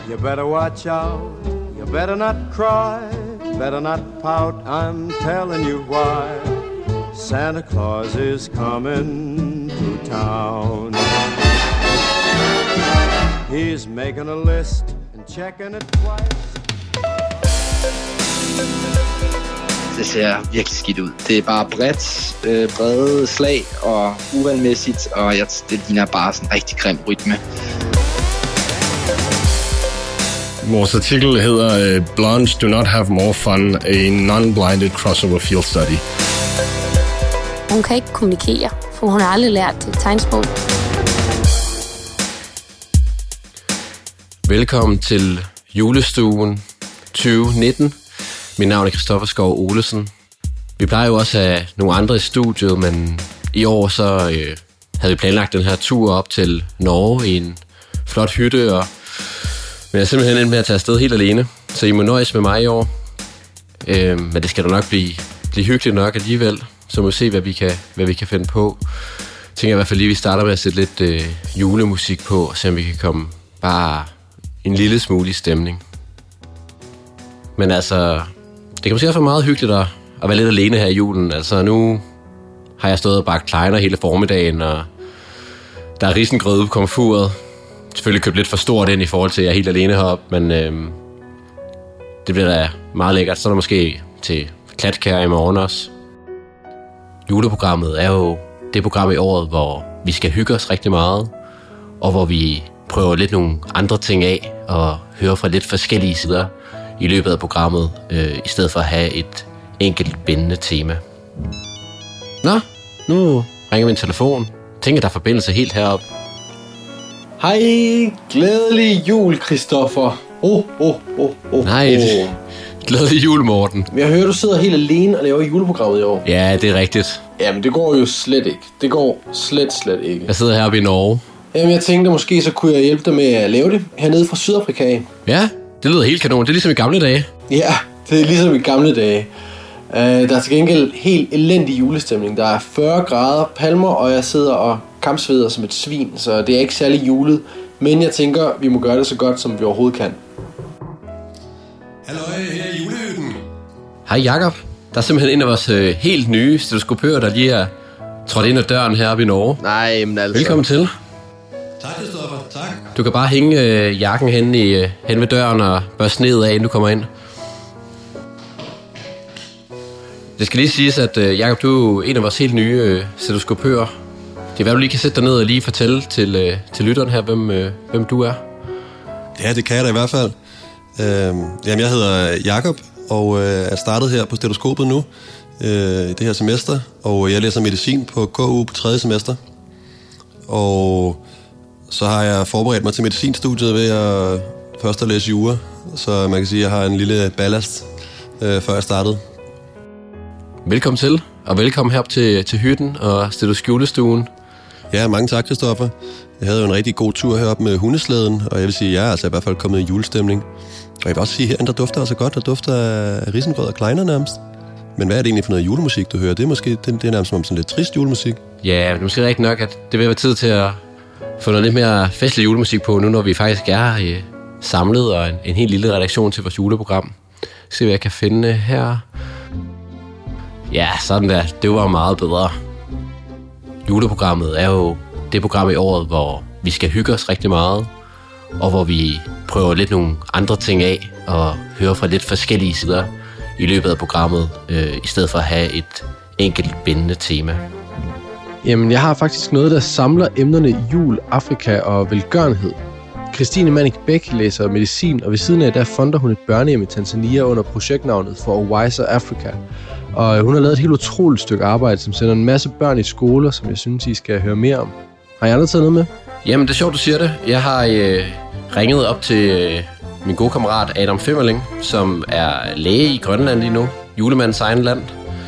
You better watch out, you better not cry, better not pout, I'm telling you why. Santa Claus is coming to town. He's making a list and checking it twice. Det ser virkelig skidt ud. Det er bare bredt, brede slag og uregelmæssigt, og det ligner bare sådan en rigtig grim rytme. Vores artikel hedder Blondes do not have more fun, a non-blinded crossover field study. Hun kan ikke kommunikere, for hun har aldrig lært tegnsprog. Velkommen til julestuen 2019. Mit navn er Christoffer Skov Olesen. Vi plejer jo også at have nogle andre i studiet, men i år så havde vi planlagt den her tur op til Norge i en flot hytte, men jeg er simpelthen endt med at tage afsted helt alene, så I må nøjes med mig i år. Men det skal da nok blive hyggeligt nok alligevel, så må vi se, hvad vi kan finde på. Jeg tænker i hvert fald lige, at vi starter med at sætte lidt julemusik på, og se om vi kan komme bare en lille smule i stemning. Men altså, det kan måske også være meget hyggeligt at være lidt alene her i julen. Altså nu har jeg stået og bagt kleiner hele formiddagen, og der er risengrød på komfuret. Selvfølgelig købt lidt for stort ind i forhold til, at jeg er helt alene heroppe, men det bliver da meget lækkert. Så er der måske til klatkær i morgen også. Juleprogrammet er jo det program i året, hvor vi skal hygge os rigtig meget, og hvor vi prøver lidt nogle andre ting af, og høre fra lidt forskellige sider i løbet af programmet, i stedet for at have et enkelt bindende tema. Nå, nu ringer min telefon. Jeg tænker, der er forbindelse helt heroppe. Hej, glædelig jul, Christoffer. Nej, glædelig jul, Morten. Jeg hører, du sidder helt alene og laver juleprogrammet i år. Ja, det er rigtigt. Jamen, det går jo slet ikke. Det går slet ikke. Jeg sidder heroppe i Norge. Jamen, jeg tænkte, måske så kunne jeg hjælpe dig med at lave det hernede fra Sydafrika. Ja, det lyder helt kanon. Det er ligesom i gamle dage. Ja, det er ligesom i gamle dage. Der er til gengæld helt elendig julestemning. Der er 40 grader, palmer, og jeg sidder og kampsveder som et svin, så det er ikke særlig julet. Men jeg tænker, vi må gøre det så godt, som vi overhovedet kan. Halløj, her er julehytten. Hej Jakob. Der er simpelthen en af vores helt nye stetoskopører, der lige er trådt ind ad døren heroppe i Norge. Nej, men altså. Velkommen til. Tak, Christoffer. Tak. Du kan bare hænge jakken hen ved døren og børste ned af, inden du kommer ind. Det skal lige siges, at Jakob, du er en af vores helt nye stetoskopører. Det er hvad du lige kan sætte dig ned og lige fortælle til lytteren her, hvem du er. Ja, det kan jeg da i hvert fald. Jamen, jeg hedder Jakob, og er startet her på stetoskopet nu, det her semester. Og jeg læser medicin på KU på 3. semester. Og så har jeg forberedt mig til medicinstudiet ved at først at læse jura. Så man kan sige, at jeg har en lille ballast, før jeg startede. Velkommen til, og velkommen herop til hytten og stetoskjulestuen. Ja, mange tak, Christoffer. Jeg havde jo en rigtig god tur heroppe med hundeslæden, og jeg vil sige, at jeg er altså i hvert fald kommet i julestemning. Og jeg vil også sige, at herinde, der dufter altså godt. Der dufter af risengrød og kleiner nærmest. Men hvad er det egentlig for noget julemusik, du hører? Det er måske det er nærmest som sådan lidt trist julemusik. Ja, det er måske rigtig nok, at det vil være tid til at få noget lidt mere festlig julemusik på, nu når vi faktisk er samlet, og en helt lille redaktion til vores juleprogram. Se, hvad jeg kan finde her. Ja, sådan der. Det var meget bedre. Juleprogrammet er jo det program i året, hvor vi skal hygge os rigtig meget, og hvor vi prøver lidt nogle andre ting af, og høre fra lidt forskellige sider i løbet af programmet, i stedet for at have et enkelt bindende tema. Jamen, jeg har faktisk noget, der samler emnerne jul, Afrika og velgørenhed. Christine Manning Bæk læser medicin, og ved siden af der fonder hun et børnehjem i Tanzania under projektnavnet For a Wiser Africa. Og hun har lavet et helt utroligt stykke arbejde, som sender en masse børn i skoler, som jeg synes, I skal høre mere om. Har I andre taget noget med? Jamen, det er sjovt, du siger det. Jeg har ringet op til min gode kammerat Adam Femmerling, som er læge i Grønland lige nu. Julemandens egen land.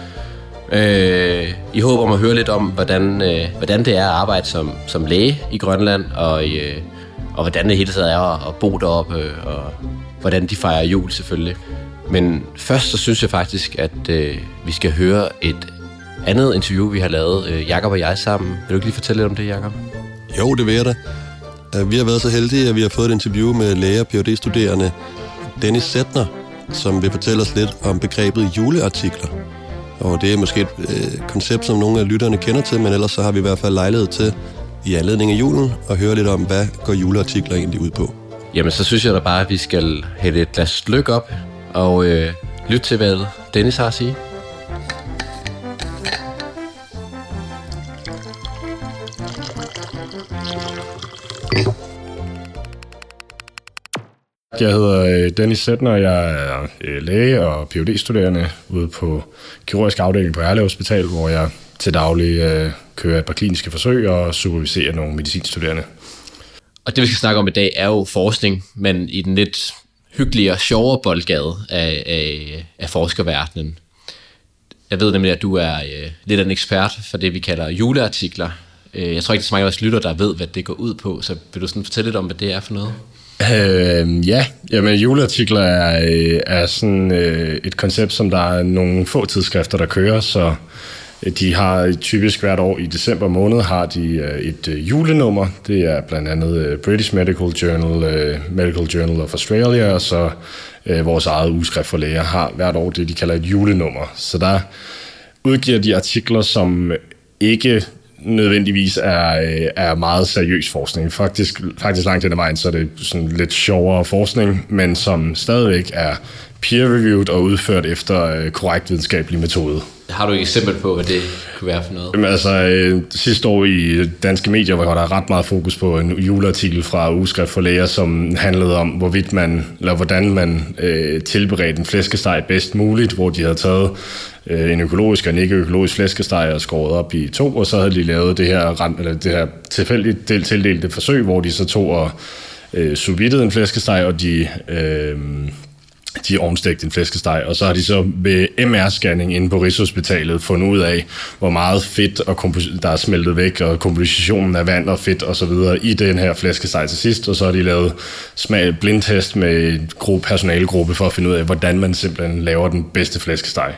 I håber om at høre lidt om, hvordan det er at arbejde som læge i Grønland, og hvordan det hele taget er at bo deroppe, og hvordan de fejrer jul selvfølgelig. Men først så synes jeg faktisk, at vi skal høre et andet interview, vi har lavet, Jakob og jeg sammen. Vil du ikke lige fortælle lidt om det, Jakob? Jo, det vil jeg da. Vi har været så heldige, at vi har fået et interview med læge og Ph.D.-studerende Dennis Settner, som vil fortælle os lidt om begrebet juleartikler. Og det er måske et koncept, som nogle af lytterne kender til, men ellers så har vi i hvert fald lejlighed til i anledning af julen at høre lidt om, hvad går juleartikler egentlig ud på. Jamen, så synes jeg da bare, at vi skal hælde et glas lykke op og lytte til, hvad Dennis har at sige. Jeg hedder Dennis Settner, og jeg er læge og Ph.D.-studerende ude på kirurgisk afdeling på Herlev Hospital, hvor jeg til daglig kører et par kliniske forsøg og superviserer nogle medicinstuderende. Og det, vi skal snakke om i dag, er jo forskning, men i den lidt hyggeligere, sjovere boldgade af forskerverdenen. Jeg ved nemlig, at du er lidt af en ekspert for det, vi kalder juleartikler. Jeg tror ikke, det er så mange af vores lytter, der ved, hvad det går ud på, så vil du sådan fortælle lidt om, hvad det er for noget? Ja, jamen juleartikler er sådan et koncept, som der er nogle få tidsskrifter, der kører, så de har typisk hvert år i december måned har de et julenummer. Det er blandt andet British Medical Journal, Medical Journal of Australia, og så vores eget ugeskrift for læger har hvert år det, de kalder et julenummer. Så der udgiver de artikler, som ikke nødvendigvis er meget seriøs forskning. Faktisk langt hen ad vejen, så er det sådan lidt sjovere forskning, men som stadigvæk er peer-reviewed og udført efter korrekt videnskabelig metode. Har du et eksempel på, hvad det kunne være for noget? Jamen, altså, sidste år i danske medier var der ret meget fokus på en juleartikel fra Ugeskrift for Læger, som handlede om, hvordan man tilberedte en flæskesteg bedst muligt, hvor de havde taget en økologisk og en ikke-økologisk flæskesteg og skåret op i 2, og så havde de lavet det her tilfældigt tildelte forsøg, hvor de så tog og sous videde en flæskesteg, og de ovnstegte en flæskesteg, og så har de så ved MR-scanning inde på Rigshospitalet fundet ud af, hvor meget fedt der er smeltet væk, og kompositionen af vand og fedt og så videre i den her flæskesteg til sidst, og så har de lavet blindtest med en personalegruppe for at finde ud af, hvordan man simpelthen laver den bedste flæskesteg.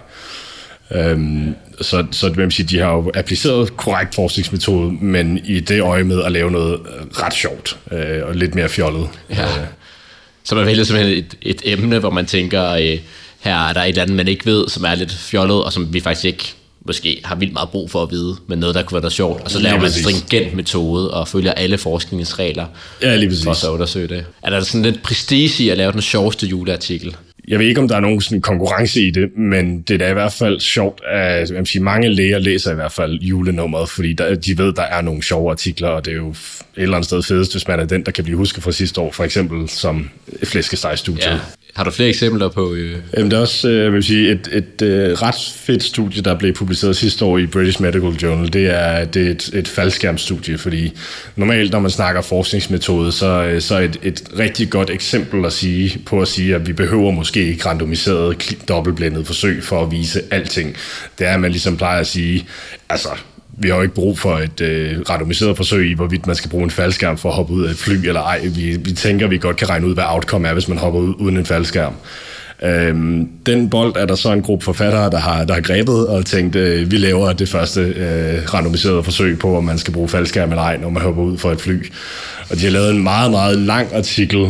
Så det vil sige, de har jo appliceret korrekt forskningsmetode, men i det øje med at lave noget ret sjovt og lidt mere fjollet. Ja. Så man vælger simpelthen et emne, hvor man tænker, her er der et eller andet, man ikke ved, som er lidt fjollet, og som vi faktisk ikke måske har vildt meget brug for at vide, men noget, der kunne være noget sjovt. Og så laver man en stringent metode og følger alle forskningens regler for at så undersøge det. Er der sådan lidt prestige i at lave den sjoveste juleartikel? Jeg ved ikke, om der er nogen sådan konkurrence i det, men det er da i hvert fald sjovt, at mange læger læser i hvert fald julenummeret, fordi de ved, der er nogle sjove artikler, og det er jo et eller andet sted fedest, hvis man er den, der kan blive husket fra sidste år, for eksempel som flæskestegstudiet. Ja. Har du flere eksempler på? Jamen, det er også et ret fedt studie, der blev publiceret sidste år i British Medical Journal. Det er et faldskærmsstudie, fordi normalt, når man snakker forskningsmetode, så et rigtig godt eksempel at sige, at vi behøver måske ikke randomiseret dobbeltblændet forsøg for at vise alting. Det er, at man ligesom plejer at sige, altså, vi har jo ikke brug for et randomiseret forsøg i, hvorvidt man skal bruge en faldskærm for at hoppe ud af et fly eller ej. Vi tænker, at vi godt kan regne ud, hvad outcome er, hvis man hopper ud uden en faldskærm. Den bold er der så en gruppe forfattere, der har grebet og tænkt, vi laver det første randomiserede forsøg på, om man skal bruge faldskærm eller ej, når man hopper ud fra et fly. Og de har lavet en meget, meget lang artikel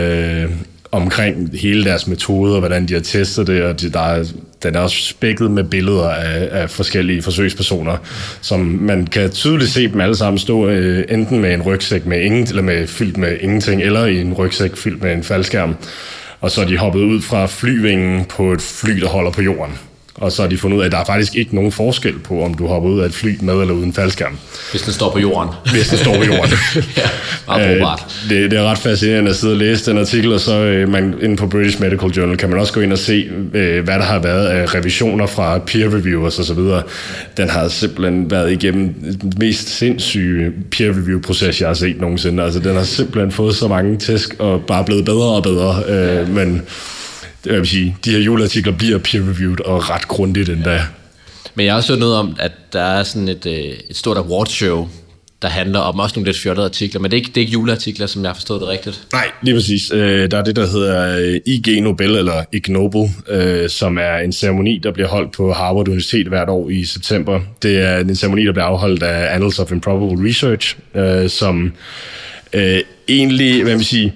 omkring hele deres metode og hvordan de har testet det, og den er også spækket med billeder af forskellige forsøgspersoner, som man kan tydeligt se dem alle sammen stå enten med en rygsæk fyldt med ingenting, eller i en rygsæk fyldt med en faldskærm, og så er de hoppet ud fra flyvingen på et fly, der holder på jorden. Og så har de fundet ud af, at der er faktisk ikke nogen forskel på, om du hopper ud af et fly med eller uden faldskærm. Hvis den står på jorden. Hvis den står på jorden. Ja, meget brugbart. Det er ret fascinerende at sidde og læse den artikel, og så inde på British Medical Journal kan man også gå ind og se, hvad der har været af revisioner fra peer reviewers osv. Den har simpelthen været igennem den mest sindssyge peer review proces, jeg har set nogensinde. Altså, den har simpelthen fået så mange tæsk og bare blevet bedre og bedre. Men jeg vil sige, de her juleartikler bliver peer-reviewed og ret grundigt endda. Men jeg har også hørt noget om, at der er sådan et stort awardshow, der handler om også nogle lidt fjollede artikler, men det er ikke juleartikler, som jeg har forstået det rigtigt. Nej, lige præcis. Der er det, der hedder IG Nobel, eller Ig Nobel, som er en ceremoni, der bliver holdt på Harvard Universitet hvert år i september. Det er en ceremoni, der bliver afholdt af Annals of Improbable Research, som egentlig, hvad man sige,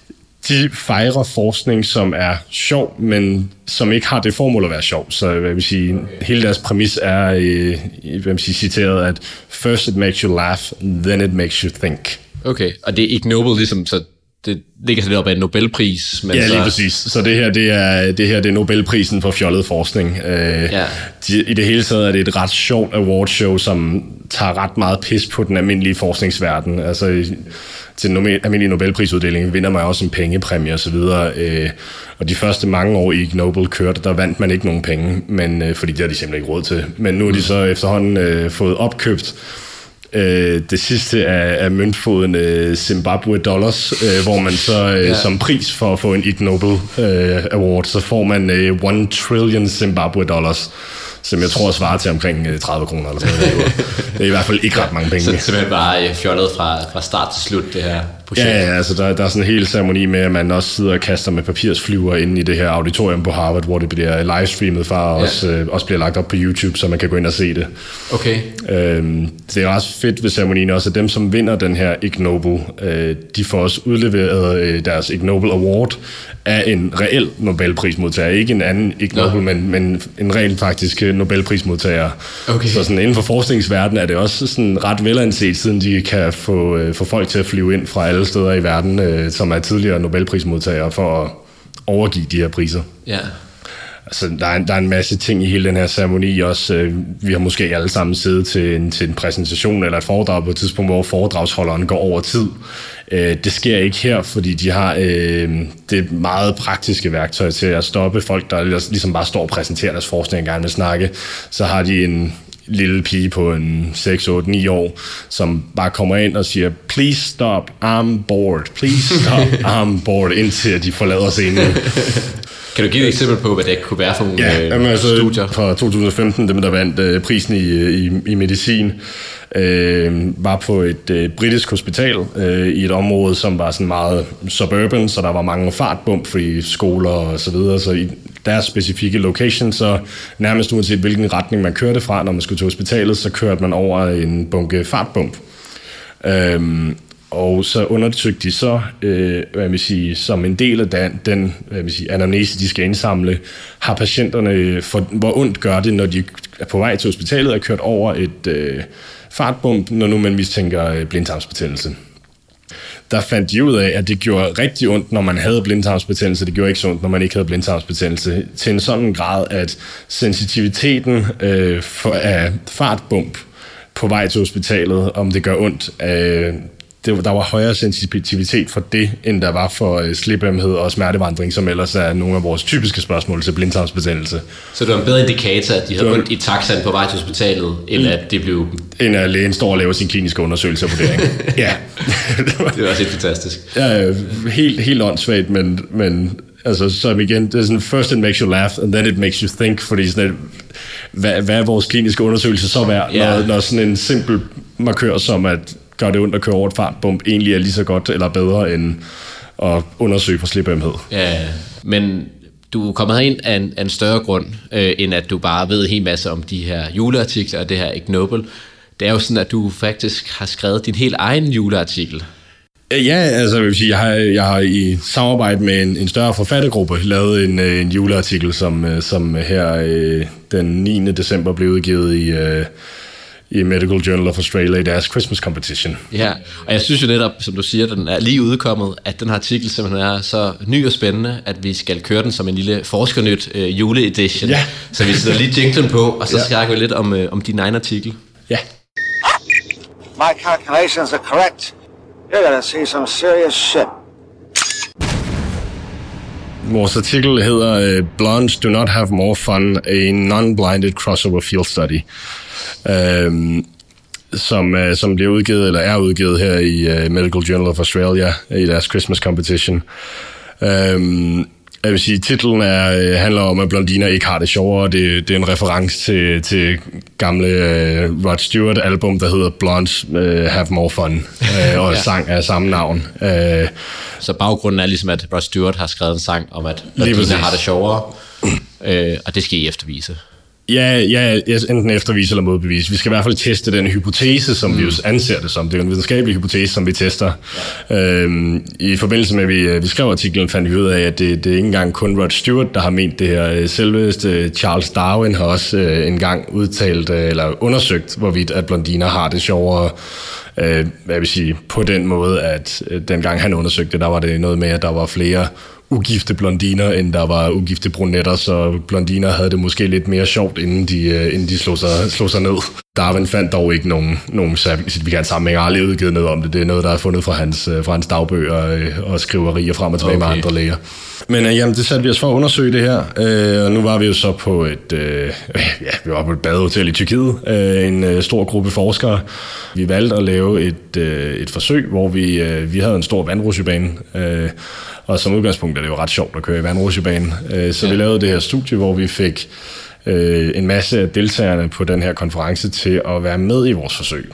de fejrer forskning, som er sjov, men som ikke har det formål at være sjov. Så hvad vil sige, hele deres præmis er hvad vil sige, citeret, at first it makes you laugh, then it makes you think. Okay, og det er Ig Nobel ligesom, så det ligger sig lidt op af en Nobelpris. Men ja, lige præcis. Så det her, det er Nobelprisen for fjollet forskning. I det hele taget er det et ret sjovt awardshow, som tager ret meget pis på den almindelige forskningsverden. Altså til den almindelige Nobelprisuddeling vinder man også en pengepræmie og så videre. Og de første mange år Ig Nobel kørte, der vandt man ikke nogen penge, men fordi det har de simpelthen ikke råd til. Men nu er de så efterhånden fået opkøbt det sidste af møntfoden Zimbabwe dollars, hvor man så som pris for at få en Ig Nobel award, så får man 1 trillion Zimbabwe dollars, som jeg tror svarer til omkring 30 kroner eller sådan noget. Det er i hvert fald ikke ret mange penge. Så det er simpelthen bare fjollet fra start til slut, det her projekt? Ja, altså der er sådan en hel ceremoni med, at man også sidder og kaster med papirsflyver inde i det her auditorium på Harvard, hvor det bliver livestreamet fra, og også bliver lagt op på YouTube, så man kan gå ind og se det. Okay. Det er også fedt ved ceremonien også, at dem, som vinder den her Ig Nobel, de får også udleveret deres Ig Nobel Award af en reel Nobelprismodtager. Ikke en anden Ig Nobel, men en reel faktisk Nobelprismodtager. Okay. Så sådan inden for forskningsverdenen er det også sådan ret velanset, siden de kan få folk til at flyve ind fra alle steder i verden, som er tidligere Nobelprismodtagere, for at overgive de her priser. Ja. Altså, der er en masse ting i hele den her ceremoni også. Vi har måske alle sammen siddet til en præsentation eller et foredrag på et tidspunkt, hvor foredragsholderen går over tid. Det sker ikke her, fordi de har det meget praktiske værktøj til at stoppe folk, der ligesom bare står og præsenterer deres forskning og gerne vil snakke. Så har de en lille pige på en 6, 8, 9 år, som bare kommer ind og siger, please stop, I'm bored, please stop, I'm bored, indtil de forlader scenen. Kan du give et eksempel på, hvad det kunne være for nogle studier? Fra 2015, dem der vandt prisen i medicin, var på et britisk hospital i et område, som var sådan meget suburban, så der var mange fartbump, fordi skoler og så videre, så i deres specifikke location, så nærmest uanset hvilken retning man kørte fra, når man skulle til hospitalet, så kørte man over en bunke fartbump. Og så undersøgte de så, hvad vil sige, som en del af den hvad vil sige, anamnese, de skal indsamle, har patienterne, hvor ondt gør det, når de er på vej til hospitalet og kørt over et fartbump, når nu man mistænker blindtarmsbetændelse. Der fandt de ud af, at det gjorde rigtig ondt, når man havde blindtarmsbetændelse. Det gjorde ikke så ondt, når man ikke havde blindtarmsbetændelse. Til en sådan grad, at sensitiviteten af fartbump på vej til hospitalet, om det gør ondt, der var højere sensitivitet for det, end der var for slipømhed og smertevandring, som ellers er nogle af vores typiske spørgsmål til blindtarmsbetændelse. Så det var en bedre indikator, at de havde ondt i taxaen på vej til hospitalet, end at det blev... End at lægen står og laver sin kliniske undersøgelse og vurdering. Ja. Det var også helt fantastisk. Ja, helt åndssvagt, men altså, så igen, det er sådan, first it makes you laugh, and then it makes you think, fordi sådan, hvad er vores kliniske undersøgelse så værd, når sådan en simpel markør som at gør det ondt at køre over et fartbump, egentlig er lige så godt eller bedre end at undersøge for slipømhed. Ja, men du er kommet herind af en større grund, end at du bare ved en hel masse om de her juleartikler og det her Ig Nobel. Det er jo sådan, at du faktisk har skrevet din helt egen juleartikel. Ja, altså jeg vil sige, jeg har i samarbejde med en større forfattergruppe lavet en juleartikel, som her den 9. december blev udgivet i Medical Journal of Australia i deres Christmas Competition. Ja, og jeg synes jo netop, som du siger, den er lige udkommet, at den her artikel simpelthen er så ny og spændende, at vi skal køre den som en lille forskernyt juleedition. Ja. Så vi sætter lige jinglen på, og så snakker vi lidt om din egen artikel. Ja. My calculations are correct. You're gonna see some serious shit. Vores artikel hedder Blondes Do Not Have More Fun, a Non-Blinded Crossover Field Study, som bliver udgivet, eller er udgivet her i Medical Journal of Australia i deres Christmas Competition. Jeg vil sige, titlen handler om, at blondiner ikke har det sjovere. Det er en reference til gamle Rod Stewart album, der hedder Blondes Have More Fun, og en sang af samme navn. Så baggrunden er ligesom, at Rod Stewart har skrevet en sang om, at blondiner har det sjovere, og det skal I eftervise. Ja, enten eftervis eller modbevis. Vi skal i hvert fald teste den hypotese, som vi jo anser det som. Det er jo en videnskabelig hypotese, som vi tester. I forbindelse med, at vi skrev artiklen, fandt vi ud af, at det er ikke engang kun Rod Stewart, der har ment det her. Selveste Charles Darwin har også engang udtalt eller undersøgt, hvorvidt at blondiner har det sjovere. Hvad vil sige, på den måde, at dengang han undersøgte, der var det noget med, at der var flere ugifte blondiner, end der var ugifte brunetter, så blondiner havde det måske lidt mere sjovt, inden de slog sig ned. Darwin fandt dog ikke nogen signifikant sammenhæng. Jeg har aldrig udgivet noget om det. Det er noget, der er fundet fra hans dagbøger og skriverier frem og tilbage med andre læger. Men jamen, det satte vi os for at undersøge det her. Og nu var vi jo så på vi var på et badehotel i Tyrkiet. En stor gruppe forskere. Vi valgte at lave et forsøg, hvor vi havde en stor vandrutsjebane. Og som udgangspunkt er det jo ret sjovt at køre i vandrutsjebane. Så vi lavede det her studie, hvor vi fik en masse af deltagerne på den her konference til at være med i vores forsøg.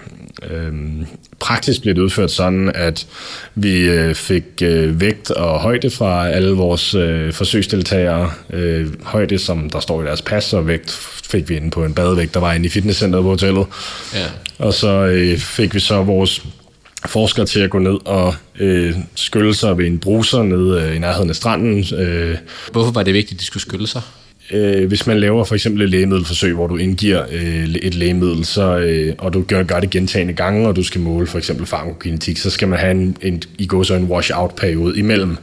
Praktisk blev det udført sådan, at vi fik vægt og højde fra alle vores forsøgsdeltagere. Højde, som der står i deres pas, og vægt fik vi inde på en badevægt, der var inde i fitnesscenteret på hotellet. Ja. Og så fik vi så vores forskere til at gå ned og skylle sig ved en bruser nede i nærheden af stranden. Hvorfor var det vigtigt, at de skulle skylle sig? Hvis man laver for eksempel et lægemiddelforsøg, hvor du indgiver et lægemiddel, og du gør det gentagne gange, og du skal måle for eksempel farmakokinetik, så skal man have en wash-out-periode imellem.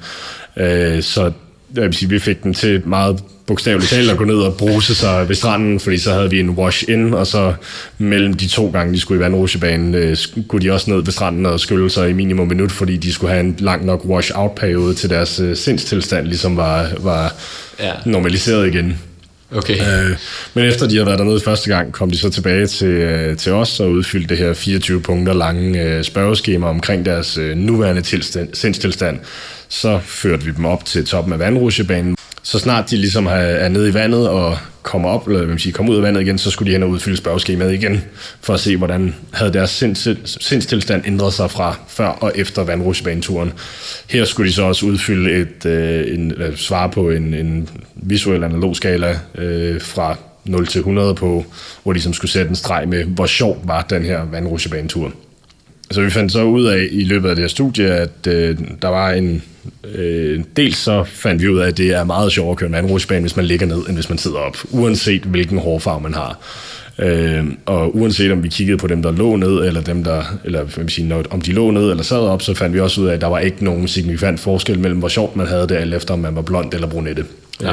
Så jeg vil sige, vi fik den til meget bogstaveligt talt at gå ned og bruse sig ved stranden, fordi så havde vi en wash-in, og så mellem de 2 gange, de skulle i vandrutsjebanen, skulle de også ned ved stranden og skylle sig i minimum minut, fordi de skulle have en lang nok wash-out-periode til deres sindstilstand, ligesom var normaliseret igen. Okay. Men efter de havde været dernede første gang, kom de så tilbage til os og udfyldte det her 24 punkter lange spørgeskema omkring deres nuværende sindstilstand. Så førte vi dem op til toppen af vandrutsjebanen. Så snart de ligesom er nede i vandet og kommer ud af vandet igen, så skulle de hen og udfylde spørgeskemaet igen, for at se, hvordan havde deres sindstilstand ændret sig fra før og efter vandrutsjebaneturen. Her skulle de så også udfylde svare på en visuel analogskala fra 0 til 100 på, hvor de ligesom skulle sætte en streg med, hvor sjovt var den her vandrutsjebanetur. Så vi fandt så ud af i løbet af det her studie, at der var dels så fandt vi ud af, at det er meget sjovere at køre en vandrutsjebane, hvis man ligger ned, end hvis man sidder op, uanset hvilken hårfarve man har. Og uanset om vi kiggede på dem, der lå ned, om de lå ned eller sad op, så fandt vi også ud af, at der var ikke nogen signifikant forskel mellem, hvor sjovt man havde det, alt efter om man var blond eller brunette. Ja.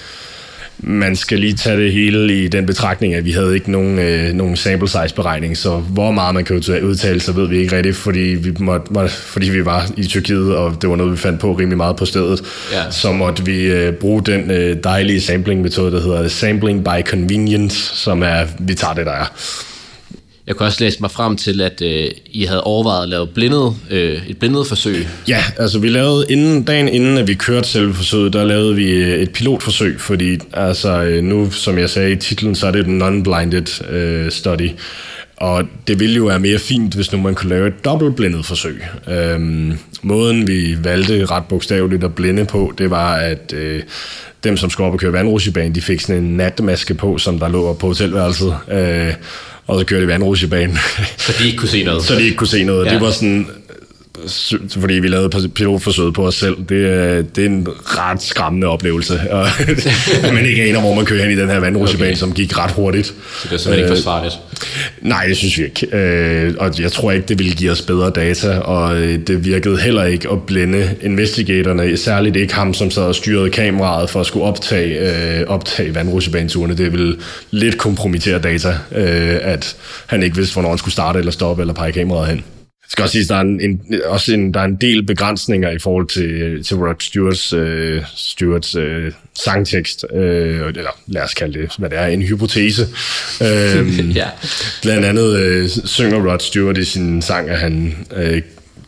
Man skal lige tage det hele i den betragtning, at vi havde ikke nogen sample size beregning, så hvor meget man kan udtale, så ved vi ikke rigtigt, fordi vi var i Tyrkiet, og det var noget, vi fandt på rimelig meget på stedet. Ja. Så måtte vi bruge den dejlige sampling-metode, der hedder sampling by convenience, som er, vi tager det, der er. Jeg kunne også læse mig frem til, at I havde overvejet at lave et blindet forsøg. Ja, altså vi lavede dagen inden, at vi kørte selve forsøget, der lavede vi et pilotforsøg, fordi altså nu, som jeg sagde i titlen, så er det et non-blinded study. Og det ville jo være mere fint, hvis nu man kunne lave et dobbeltblindet forsøg. Måden vi valgte ret bogstaveligt at blinde på, det var, at dem, som skulle op og køre vandrutsjebane, de fik sådan en natmaske på, som der lå på hotelværelset. Og så kørte de vandrutsjebane. Så de ikke kunne se noget? Ja. Det var sådan, fordi vi lavede pilotforsøget på os selv. Det er en ret skræmmende oplevelse. Og man ikke aner, hvor man kører hen i den her vandrutsjebane, som gik ret hurtigt. Så det er simpelthen ikke forsvarligt? Nej, det synes vi ikke. Og jeg tror ikke, det ville give os bedre data, og det virkede heller ikke at blinde investigatorerne, særligt ikke ham, som sad og styrede kameraet for at skulle optage vandrutsjebaneturene. Det ville lidt kompromittere data, at han ikke vidste, hvornår han skulle starte eller stoppe eller pege kameraet hen. Jeg skal også sige, at der er en del begrænsninger i forhold til Rod Stewarts sangtekst, eller lad os kalde det, hvad det er, en hypotese. Ja. Blandt andet synger Rod Stewart i sin sang, at han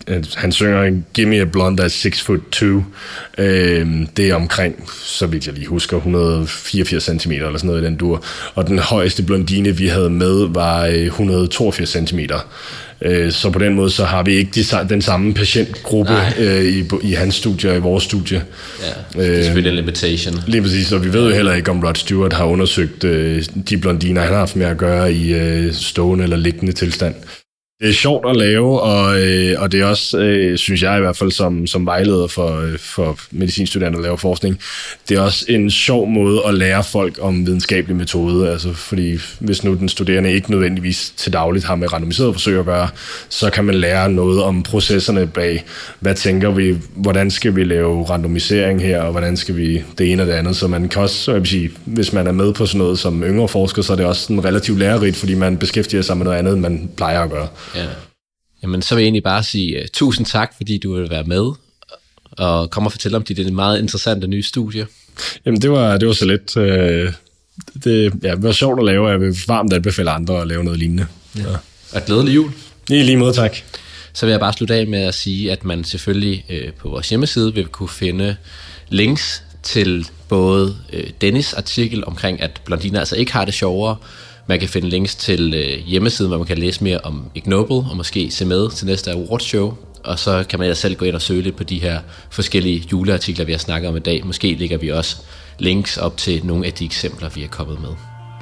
han synger Give me a blonde that's 6'2". Det er omkring, så vidt jeg lige husker, 184 cm eller sådan noget i den dur. Og den højeste blondine, vi havde med, var 182 cm. Så på den måde, så har vi ikke den samme patientgruppe i hans studie og i vores studie. Ja, det er selvfølgelig en limitation. Lige præcis, og vi ved jo heller ikke, om Rod Stewart har undersøgt de blondiner, han har haft med at gøre i stående eller liggende tilstand. Det er sjovt at lave, og det er også, synes jeg i hvert fald, som vejleder for medicinstuderende, der laver forskning, det er også en sjov måde at lære folk om videnskabelig metode, altså fordi hvis nu den studerende ikke nødvendigvis til dagligt har med randomiseret forsøg at gøre, så kan man lære noget om processerne bag, hvad tænker vi, hvordan skal vi lave randomisering her, og hvordan skal vi det ene og det andet, så man kan også, jeg vil sige, hvis man er med på sådan noget som yngre forsker, så er det også sådan relativt lærerigt, fordi man beskæftiger sig med noget andet, end man plejer at gøre. Ja. Jamen, så vil jeg egentlig bare sige tusind tak, fordi du vil være med og komme og fortælle om dit meget interessante nye studie. Jamen, det var så lidt. Det var sjovt at lave, og jeg vil varmt anbefale andre at lave noget lignende. Ja. Og glædelig jul. I lige måde, tak. Så vil jeg bare slutte af med at sige, at man selvfølgelig på vores hjemmeside vil kunne finde links til både Dennis' artikel omkring, at blondiner altså ikke har det sjovere. Man kan finde links til hjemmesiden, hvor man kan læse mere om Ig Nobel, og måske se med til næste awardshow. Og så kan man selv gå ind og søge lidt på de her forskellige juleartikler, vi har snakket om i dag. Måske lægger vi også links op til nogle af de eksempler, vi er kommet med.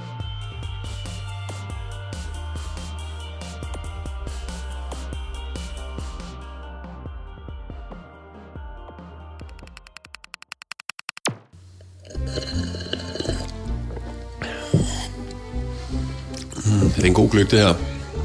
Det er en god gløgg, det her.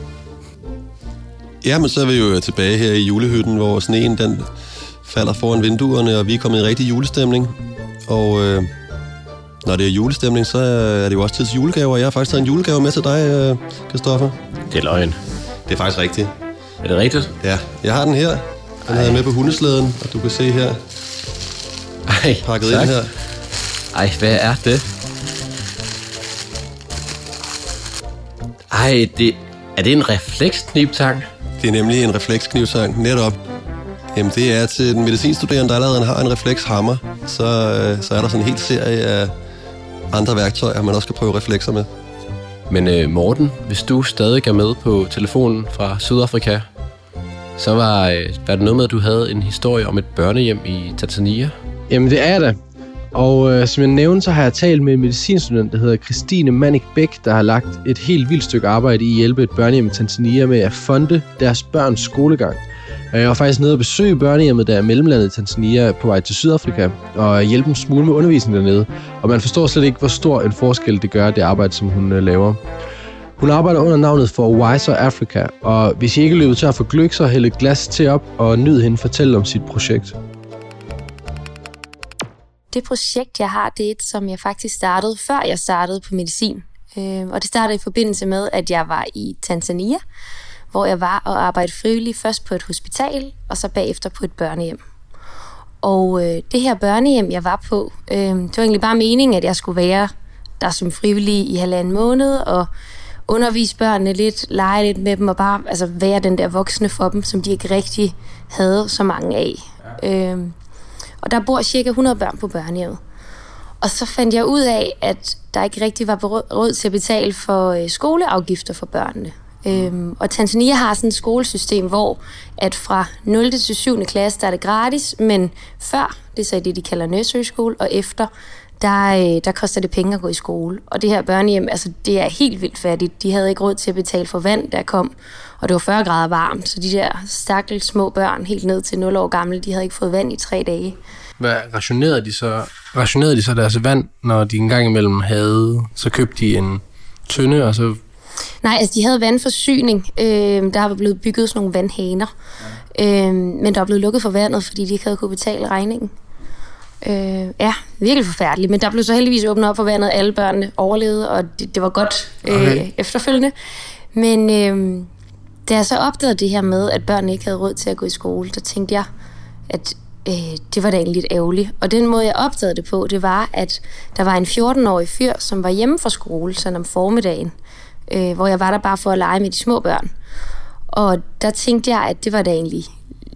Ja, men så er vi jo tilbage her i julehytten, hvor sneen den falder foran vinduerne, og vi er kommet i rigtig julestemning. Og når det er julestemning, så er det jo også tid til julegaver. Jeg har faktisk taget en julegave med til dig, Christoffer. Det er løgn. Det er faktisk rigtigt. Er det rigtigt? Ja, jeg har den her. Den er med på hundeslæden, og du kan se her. Pakket tak. ind her. Ej, hvad er det? Ej, er det en refleksknivtang? Det er nemlig en refleksknivtang, netop. Jamen, det er til den medicinstuderende, der allerede har en reflekshammer. Så er der sådan en hel serie af andre værktøjer, man også kan prøve reflekser med. Men Morten, hvis du stadig er med på telefonen fra Sydafrika, så var det noget med, at du havde en historie om et børnehjem i Tanzania? Jamen, det er jeg da. Og som jeg nævnte, så har jeg talt med en medicinstudent, der hedder Christine Manning Bech, der har lagt et helt vildt stykke arbejde i at hjælpe et børnehjem i Tanzania med at funde deres børns skolegang. Jeg var faktisk nede og besøge børnehjemmet, der er mellemlandet i Tanzania på vej til Sydafrika, og hjælpe dem smule med undervisning dernede. Og man forstår slet ikke, hvor stor en forskel det gør, det arbejde, som hun laver. Hun arbejder under navnet for Wiser Africa, og hvis I ikke løber tør for gløgg, så hæld et glas til op og nyd hende fortælle om sit projekt. Det projekt, jeg har, det er et, som jeg faktisk startede, før jeg startede på medicin. Og det startede i forbindelse med, at jeg var i Tanzania, hvor jeg var og arbejdede frivilligt først på et hospital, og så bagefter på et børnehjem. Og det her børnehjem, jeg var på, det var egentlig bare meningen, at jeg skulle være der som frivillig i 1,5 måned, og undervise børnene lidt, lege lidt med dem, og bare være den der voksne for dem, som de ikke rigtig havde så mange af. Og der bor cirka 100 børn på børnehjemmet. Og så fandt jeg ud af, at der ikke rigtig var råd til at betale for skoleafgifter for børnene. Og Tanzania har sådan et skolesystem, hvor at fra 0. til 7. klasse, der er det gratis, men før, det er så det, de kalder nursery school, og efter, der koster det penge at gå i skole. Og det her børnehjem, det er helt vildt fattigt. De havde ikke råd til at betale for vand, der kom, og det var 40 grader varmt, så de der stakkels små børn, helt ned til 0 år gamle, de havde ikke fået vand i 3 dage. Hvad rationerede de så deres vand, når de engang imellem så købte de en tønde, og så... Nej, de havde vandforsyning. Der var blevet bygget sådan nogle vandhaner. Men der var blevet lukket for vandet, fordi de ikke havde kunne betale regningen. Ja, virkelig forfærdeligt. Men der blev så heldigvis åbnet op for vandet, alle børnene overlevede, og det var godt efterfølgende. Men da jeg så opdagede det her med, at børnene ikke havde råd til at gå i skole, så tænkte jeg, at det var da egentlig lidt ærgerligt. Og den måde, jeg opdagede det på, det var, at der var en 14-årig fyr, som var hjemme fra skole, sådan om formiddagen, hvor jeg var der bare for at lege med de små børn. Og der tænkte jeg, at det var da egentlig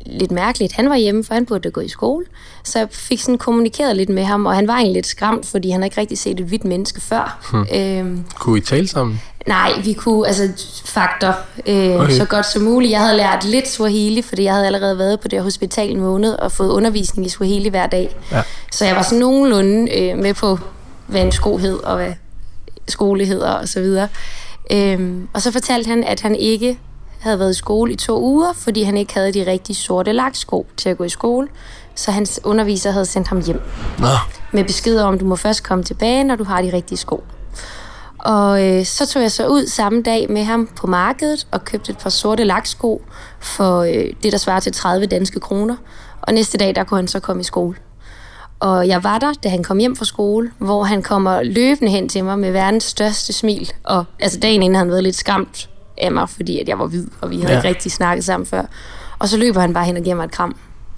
lidt mærkeligt. Han var hjemme, for han burde gå i skole. Så jeg fik sådan kommunikeret lidt med ham, og han var egentlig lidt skræmt, fordi han ikke rigtig set et hvidt menneske før. Kunne I tale sammen? Nej, vi kunne, fakter, så godt som muligt. Jeg havde lært lidt Swahili, fordi jeg havde allerede været på det hospital en måned og fået undervisning i Swahili hver dag. Ja. Så jeg var sådan nogenlunde med på, hvad en sko hed, og hvad skole hedder, og så videre. Og så fortalte han, at han ikke havde været i skole i 2 uger, fordi han ikke havde de rigtige sorte laksko til at gå i skole. Så hans underviser havde sendt ham hjem. Med besked om, at du må først komme tilbage, når du har de rigtige sko. Og så tog jeg så ud samme dag med ham på markedet og købte et par sorte laksko for det, der svarer til 30 danske kroner. Og næste dag, der kunne han så komme i skole. Og jeg var der, da han kom hjem fra skole, hvor han kommer løbende hen til mig med verdens største smil. Og dagen inden havde han været lidt skræmt af mig, fordi at jeg var hvid, og vi havde ikke rigtig snakket sammen før. Og så løber han bare hen og giver mig et kram.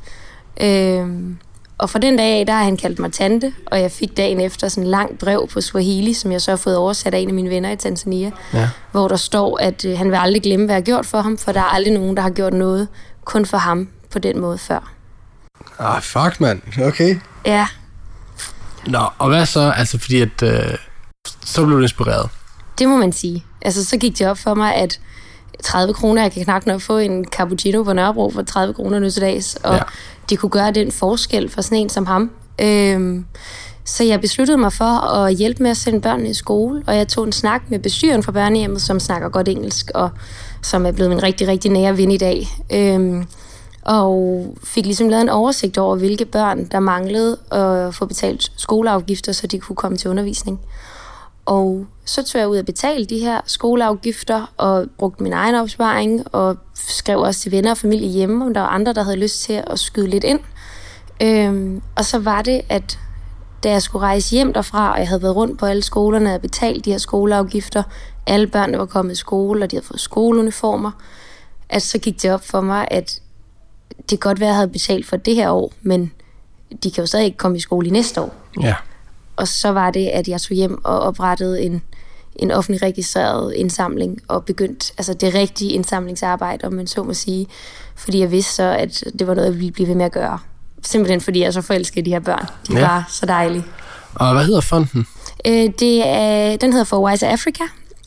Og fra den dag af, der har han kaldt mig tante, og jeg fik dagen efter sådan et langt brev på Swahili, som jeg så har fået oversat af en af mine venner i Tanzania, hvor der står, at han vil aldrig glemme, hvad jeg har gjort for ham, for der er aldrig nogen, der har gjort noget kun for ham på den måde før. Fuck, mand. Okay. Ja. Nå, og hvad så? Fordi at så blev du inspireret. Det må man sige. Så gik det op for mig, at 30 kroner, jeg kan knap nok få en cappuccino på Nørrebro for 30 kroner nu til dags, og det kunne gøre den forskel for sådan en som ham. Så jeg besluttede mig for at hjælpe med at sende børnene i skole, og jeg tog en snak med bestyreren for børnehjemmet, som snakker godt engelsk, og som er blevet min rigtig, rigtig nære ven i dag. Og fik ligesom lavet en oversigt over, hvilke børn, der manglede at få betalt skoleafgifter, så de kunne komme til undervisning. Og så tog jeg ud at betale de her skoleafgifter og brugte min egen opsparing og skrev også til venner og familie hjemme, om der var andre, der havde lyst til at skyde lidt ind. Og så var det, at da jeg skulle rejse hjem derfra, og jeg havde været rundt på alle skolerne og betalt de her skoleafgifter, alle børnene var kommet i skole, og de havde fået skoleuniformer, at så gik det op for mig, at det kan godt være, at jeg havde betalt for det her år, men de kan jo stadig ikke komme i skole i næste år. Ja. Og så var det, at jeg tog hjem og oprettede en offentlig registreret indsamling og begyndte det rigtige indsamlingsarbejde, om man så må sige. Fordi jeg vidste så, at det var noget, jeg ville blive ved med at gøre. Simpelthen fordi jeg så forelskede de her børn. De var så dejlige. Og hvad hedder fonden? Den hedder For Wiser Africa.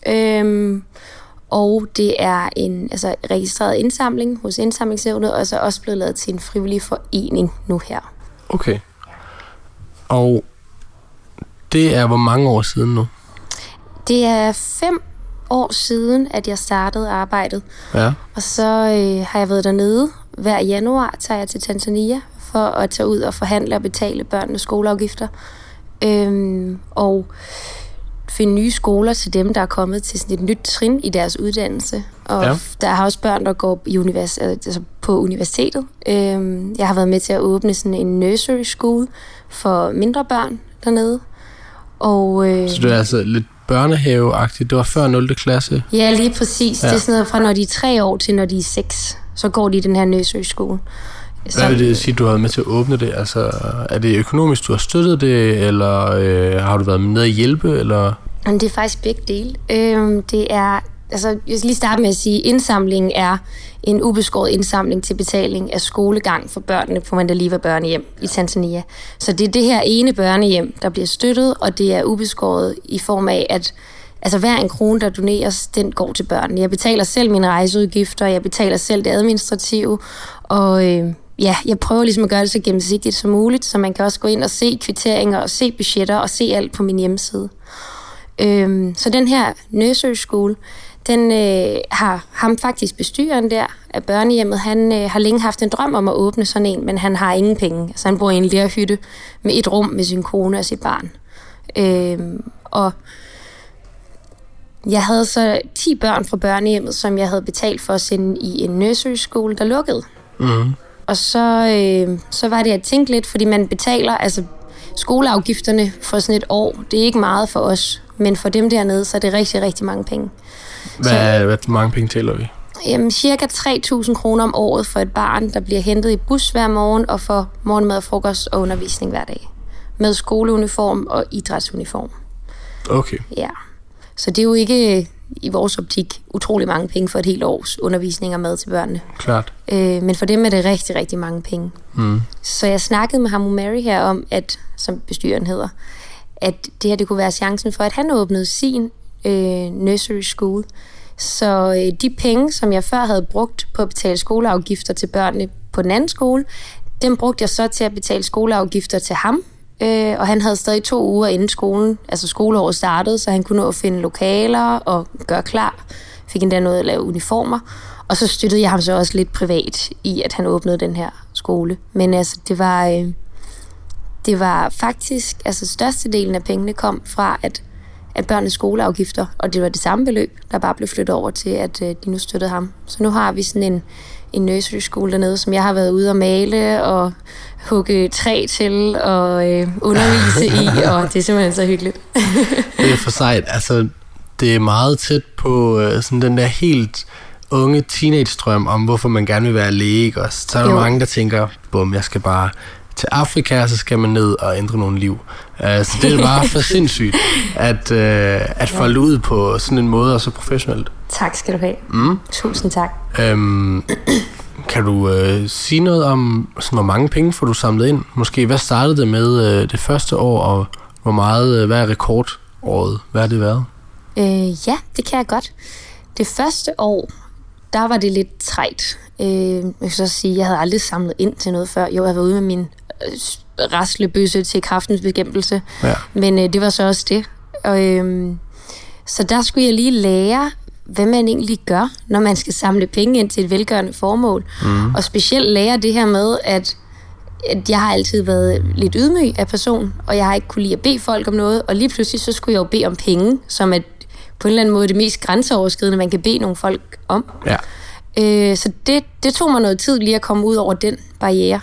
Og det er en registreret indsamling hos Indsamlingsnævnet, og så også blevet lavet til en frivillig forening nu her. Okay. Og det er hvor mange år siden nu? Det er 5 år siden, at jeg startede arbejdet. Ja. Og så har jeg været dernede. Hver januar tager jeg til Tanzania for at tage ud og forhandle og betale børnenes skoleafgifter. Og finde nye skoler til dem, der er kommet til sådan et nyt trin i deres uddannelse. Og der har også børn, der går på universitetet. Jeg har været med til at åbne sådan en nursery school for mindre børn dernede. Og, så det er lidt børnehave-agtigt. Det var før 0. klasse? Ja, lige præcis. Ja. Det er sådan noget fra når de er 3 år til når de er 6. Så går de i den her nursery school. Hvad vil det sige, du har været med til at åbne det? Er det økonomisk, du har støttet det, eller har du været med at hjælpe? Eller? Det er faktisk begge dele. Det er, jeg skal lige starte med at sige, at indsamlingen er en ubeskåret indsamling til betaling af skolegang for børnene på Mandaliva børnehjem i Tanzania. Så det er det her ene børnehjem, der bliver støttet, og det er ubeskåret i form af, at hver en krone, der doneres, den går til børnene. Jeg betaler selv mine rejseudgifter, jeg betaler selv det administrative, og jeg prøver ligesom at gøre det så gennemsigtigt som muligt, så man kan også gå ind og se kvitteringer og se budgetter og se alt på min hjemmeside. Så den her nursery school, den har ham faktisk bestyreren der af børnehjemmet. Han har længe haft en drøm om at åbne sådan en, men han har ingen penge. Så han bor i en lerhytte med et rum med sin kone og sit barn. Og jeg havde så 10 børn fra børnehjemmet, som jeg havde betalt for at sende i en nursery school, der lukkede. Mm. Og så var det at tænke lidt, fordi man betaler skoleafgifterne for sådan et år. Det er ikke meget for os, men for dem dernede, så er det rigtig, rigtig mange penge. Hvad mange penge tæller vi? Jamen, cirka 3.000 kroner om året for et barn, der bliver hentet i bus hver morgen, og for morgenmad, frokost og undervisning hver dag. Med skoleuniform og idrætsuniform. Okay. Ja. Så det er jo ikke i vores optik utrolig mange penge for et helt års undervisning og mad til børnene. Klart. Men for dem er det rigtig, rigtig mange penge. Så jeg snakkede med ham og Mary her om, at, som bestyreren hedder, at det her det kunne være chancen for, at han åbnede sin nursery school. Så de penge, som jeg før havde brugt på at betale skoleafgifter til børnene på den anden skole, dem brugte jeg så til at betale skoleafgifter til ham. Og han havde stadig 2 uger inden skolen, altså skoleåret startede, så han kunne nå at finde lokaler og gøre klar. Fik endda noget at lave uniformer. Og så støttede jeg ham så også lidt privat i, at han åbnede den her skole. Men altså, det var faktisk, altså størstedelen af pengene kom fra, at børnenes skoleafgifter, og det var det samme beløb, der bare blev flyttet over til, at de nu støttede ham. Så nu har vi sådan en nursery school dernede, som jeg har været ude at male og hugge træ til og undervise i, og det er simpelthen så hyggeligt. Det er for sejt. Altså, det er meget tæt på sådan den der helt unge teenage-drøm om, hvorfor man gerne vil være læge, ikke også? Så er der mange, der tænker, bum, jeg skal bare til Afrika, og så skal man ned og ændre nogle liv. Så det er bare for sindssygt, at folde ud på sådan en måde, og så professionelt. Tak skal du have. Tusind tak. Kan du sige noget om, sådan, hvor mange penge får du samlet ind? Måske, hvad startede det med det første år, og hvor meget, hvad er rekordåret? Hvad har det været? Ja, det kan jeg godt. Det første år, der var det lidt trægt. Jeg kan så sige, jeg havde aldrig samlet ind til noget før. Jo, jeg var ude med min raslebøsse til kræftens bekæmpelse. Ja. Men det var så også det. Og, så der skulle jeg lige lære, hvad man egentlig gør, når man skal samle penge ind til et velgørende formål. Og specielt lære det her med, at jeg har altid været lidt ydmyg af person, og jeg har ikke kunne lide at bede folk om noget, og lige pludselig så skulle jeg jo bede om penge, som er på en eller anden måde det mest grænseoverskridende, man kan bede nogle folk om. Ja. Så det tog mig noget tid lige at komme ud over den barriere.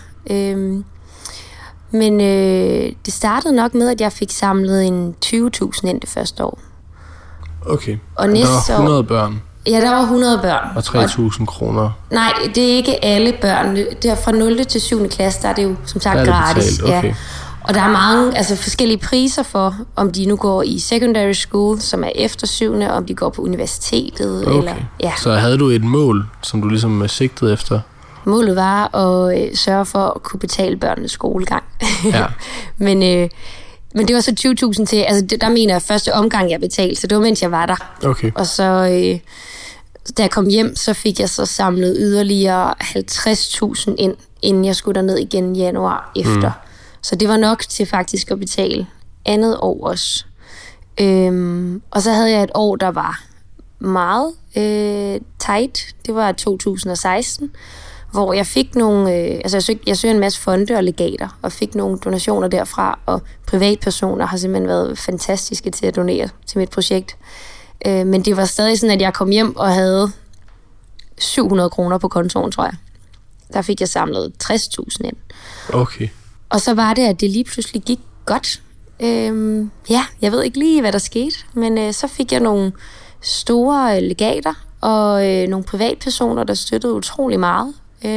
Men det startede nok med, at jeg fik samlet en 20.000 ind det første år. Okay. Og næste der var 100 børn? Ja, der var 100 børn. Og 3.000 kroner? Nej, det er ikke alle børn. Det er fra 0. til 7. klasse, der er det jo som sagt gratis. Okay. Ja. Og der er mange forskellige priser for, om de nu går i secondary school, som er efter 7. og om de går på universitetet. Okay. Eller, ja. Så havde du et mål, som du ligesom sigtede efter? Målet var at sørge for at kunne betale børnenes skolegang. Ja. Men det var så 20.000 til, altså der mener jeg første omgang, jeg betalte, så det var mens jeg var der. Okay. Og så da jeg kom hjem, så fik jeg så samlet yderligere 50.000 ind, inden jeg skulle derned igen i januar efter. Så det var nok til faktisk at betale andet år også. Og så havde jeg et år, der var meget tight. Det var 2016, hvor jeg fik nogle... jeg søger en masse fonde og legater, og fik nogle donationer derfra, og privatpersoner har simpelthen været fantastiske til at donere til mit projekt. Men det var stadig sådan, at jeg kom hjem og havde 700 kroner på kontoen, tror jeg. Der fik jeg samlet 60.000 ind. Okay. Og så var det, at det lige pludselig gik godt. Jeg ved ikke lige, hvad der skete, men så fik jeg nogle store legater og nogle privatpersoner, der støttede utrolig meget.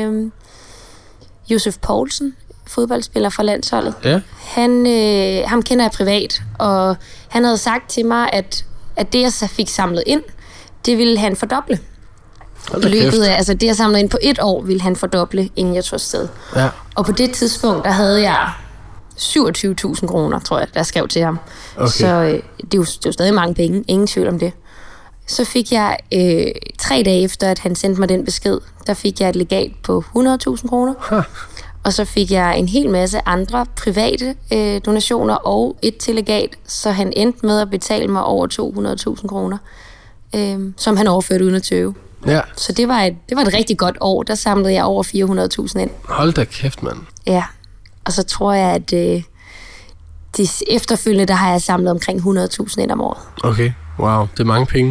Josef Poulsen, fodboldspiller fra landsholdet. Ja. Ham kender jeg privat, og han havde sagt til mig, at det, jeg så fik samlet ind, det ville han fordoble. I løbet af, det jeg samlede ind på 1 år, ville han fordoble, inden jeg tog afsted. Ja. Og på det tidspunkt, der havde jeg 27.000 kroner, tror jeg, der skrev til ham. Okay. Så det er jo stadig mange penge, ingen tvivl om det. Så fik jeg 3 dage efter, at han sendte mig den besked, der fik jeg et legat på 100.000 kroner. Huh. Og så fik jeg en hel masse andre private donationer og et til legat, så han endte med at betale mig over 200.000 kroner, som han overførte uden at tøve. Ja. Så det var et rigtig godt år. Der samlede jeg over 400.000 ind. Hold da kæft, mand. Ja. Og så tror jeg, at de efterfølgende, der har jeg samlet omkring 100.000 ind om året. Okay, wow. Det er mange penge.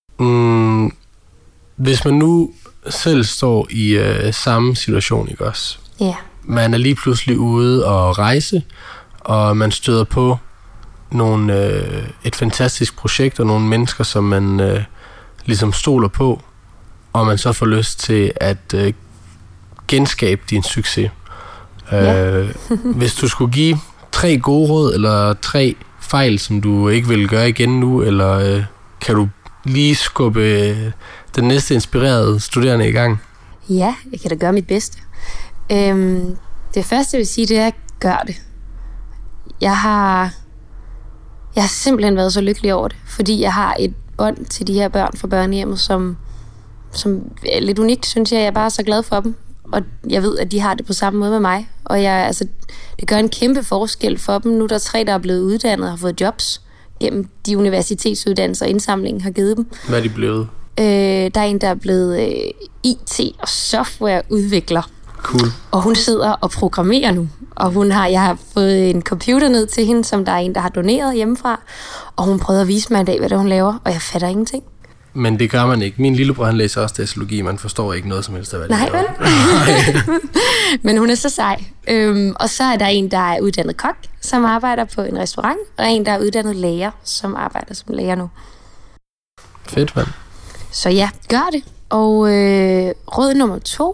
Hvis man nu selv står i samme situation, ikke også? Ja. Man er lige pludselig ude og rejse, og man støder på et fantastisk projekt, og nogle mennesker, som man ligesom stoler på, og man så får lyst til at genskabe din succes. Ja. Hvis du skulle give 3 gode råd, eller 3 fejl, som du ikke vil gøre igen nu, eller kan du lige skubbe den næste inspirerede studerende i gang? Ja, jeg kan da gøre mit bedste. Det første, jeg vil sige, det er, gør det. Jeg har simpelthen været så lykkelig over det, fordi jeg har et bånd til de her børn fra børnehjemmet, som er lidt unikt, synes jeg. Jeg er bare så glad for dem, og jeg ved, at de har det på samme måde med mig. Og det gør en kæmpe forskel for dem. Nu er der 3, der er blevet uddannet og har fået jobs gennem de universitetsuddannelser, indsamlingen har givet dem. Hvad er de blevet? Der er en, der er blevet IT- og softwareudvikler. Cool. Og hun sidder og programmerer nu. Og jeg har fået en computer ned til hende, som der er en, der har doneret hjemmefra. Og hun prøvede at vise mig en dag, hvad det hun laver, og jeg fatter ingenting. Men det gør man ikke. Min lillebror, han læser også datalogi. Man forstår ikke noget som helst af, hvad det laver. Nej. Men hun er så sej. Og så er der en, der er uddannet kok, som arbejder på en restaurant. Og en, der er uddannet lærer, som arbejder som lærer nu. Fedt, mand. Så ja, gør det. Og råd nummer 2.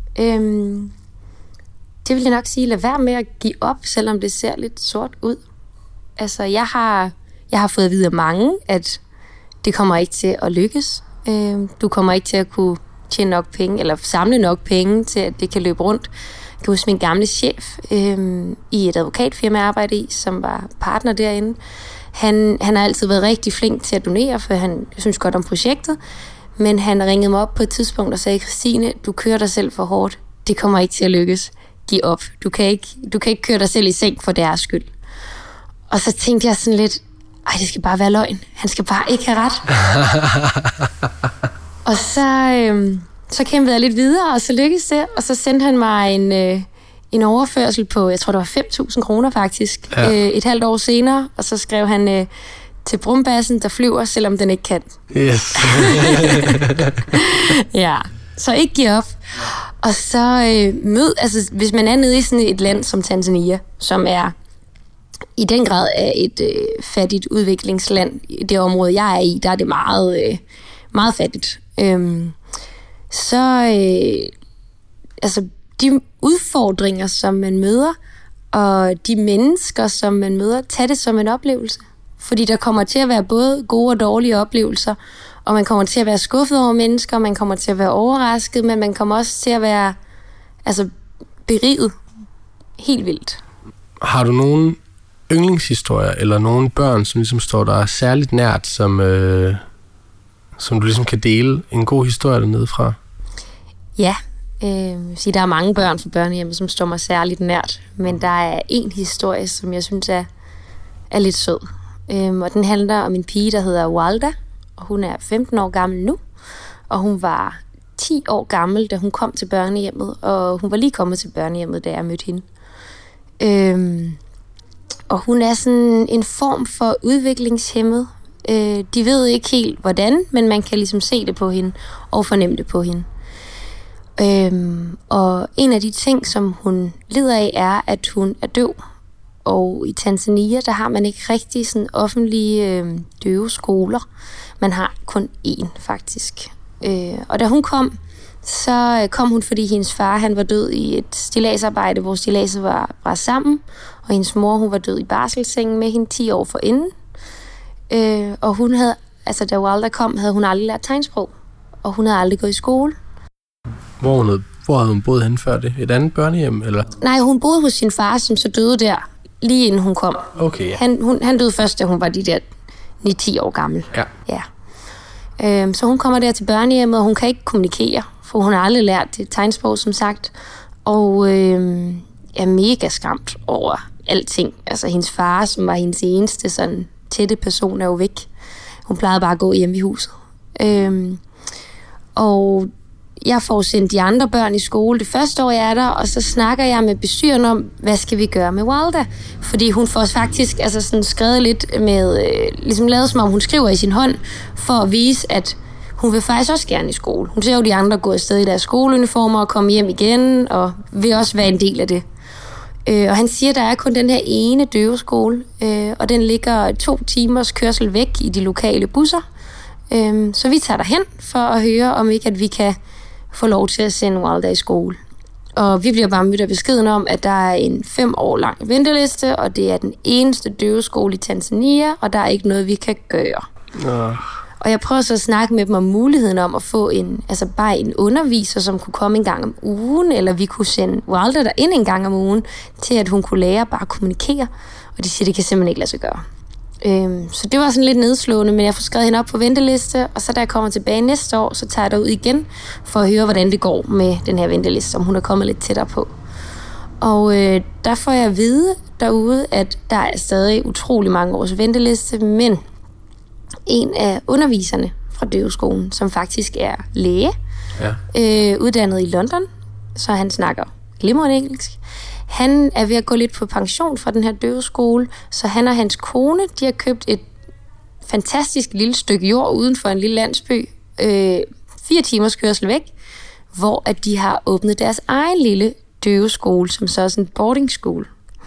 Det vil jeg nok sige, lad være med at give op, selvom det ser lidt sort ud. Altså, jeg har fået at vide af mange, at det kommer ikke til at lykkes. Du kommer ikke til at kunne tjene nok penge, eller samle nok penge til, at det kan løbe rundt. Jeg kan huske min gamle chef i et advokatfirma, jeg arbejdede i, som var partner derinde. Han har altid været rigtig flink til at donere, for han synes godt om projektet. Men han ringede mig op på et tidspunkt og sagde, Christine, du kører dig selv for hårdt. Det kommer ikke til at lykkes. Giv op. Du kan ikke køre dig selv i seng for deres skyld. Og så tænkte jeg sådan lidt, det skal bare være løgn. Han skal bare ikke have ret. Og så kæmpede jeg lidt videre, og så lykkedes det. Og så sendte han mig en overførsel på, jeg tror det var 5.000 kroner faktisk, et halvt år senere. Og så skrev han til brumbassen, der flyver, selvom den ikke kan. Yes. Ja, så ikke give op. Og så hvis man er nede i sådan et land som Tanzania, som er i den grad er et fattigt udviklingsland, i det område, jeg er i, der er det meget, meget fattigt. De udfordringer, som man møder, og de mennesker, som man møder, tag det som en oplevelse. Fordi der kommer til at være både gode og dårlige oplevelser, og man kommer til at være skuffet over mennesker, man kommer til at være overrasket, men man kommer også til at være beriget helt vildt. Har du nogen yndlingshistorier, eller nogle børn, som ligesom står der særligt nært, som du ligesom kan dele en god historie dernede fra? Ja, der er mange børn fra børnehjemmet, som står mig særligt nært, men der er en historie, som jeg synes er lidt sød. Og den handler om en pige, der hedder Walda, og hun er 15 år gammel nu, og hun var 10 år gammel, da hun kom til børnehjemmet, og hun var lige kommet til børnehjemmet, da jeg mødte hende. Og hun er sådan en form for udviklingshæmmet. De ved ikke helt, hvordan, men man kan ligesom se det på hende, og fornemme det på hende. Og en af de ting, som hun lider af, er, at hun er døv. Og i Tanzania, der har man ikke rigtig sådan offentlige døve skoler. Man har kun én, faktisk. Og da hun kom, så kom hun, fordi hendes far han var død i et stilladsarbejde, hvor stilladset var sammen. Og hendes mor, hun var død i barselssengen med hende 10 år forinden. Og hun havde, da Walda kom, havde hun aldrig lært tegnsprog. Og hun havde aldrig gået i skole. Hvor havde hun boet henne før det? Et andet børnehjem, eller? Nej, hun boede hos sin far, som så døde der, lige inden hun kom. Okay, ja. Han døde først, da hun var de der 9-10 år gammel. Ja. Så hun kommer der til børnehjemmet, og hun kan ikke kommunikere, for hun har aldrig lært det tegnsprog, som sagt. Og er mega skræmt over alting. Altså hendes far, som var hendes eneste sådan tætte person, er jo væk. Hun plejede bare at gå hjem i huset. Og jeg får sendt de andre børn i skole det første år, jeg er der, og så snakker jeg med bestyreren om, hvad skal vi gøre med Walda? Fordi hun får faktisk sådan skrevet lidt med, ligesom lavet som om hun skriver i sin hånd, for at vise, at hun vil faktisk også gerne i skole. Hun ser jo de andre gå afsted i deres skoleuniformer og komme hjem igen, og vil også være en del af det. Og han siger, at der er kun den her ene døveskole, og den ligger 2 timers kørsel væk i de lokale busser. Så vi tager derhen for at høre, om ikke at vi kan få lov til at sende Walda i skole. Og vi bliver bare mødt af beskeden om, at der er en 5 år lang venteliste, og det er den eneste døveskole i Tanzania, og der er ikke noget, vi kan gøre. Og jeg prøvede så at snakke med dem om muligheden om at få bare en underviser, som kunne komme en gang om ugen, eller vi kunne sende Wilder der ind en gang om ugen, til at hun kunne lære bare at kommunikere. Og de siger, det kan simpelthen ikke lade sig gøre. Så det var sådan lidt nedslående, men jeg får skrevet hende op på venteliste, og så da jeg kommer tilbage næste år, så tager jeg derud igen for at høre, hvordan det går med den her venteliste, som hun er kommet lidt tættere på. Og der får jeg at vide derude, at der er stadig utrolig mange års venteliste, men en af underviserne fra døveskolen, som faktisk er læge, uddannet i London, så han snakker glimrende engelsk. Han er ved at gå lidt på pension fra den her døveskole, så han og hans kone, de har købt et fantastisk lille stykke jord uden for en lille landsby, 4 timers kørsel væk, hvor at de har åbnet deres egen lille døveskole, som så er sådan en boarding school.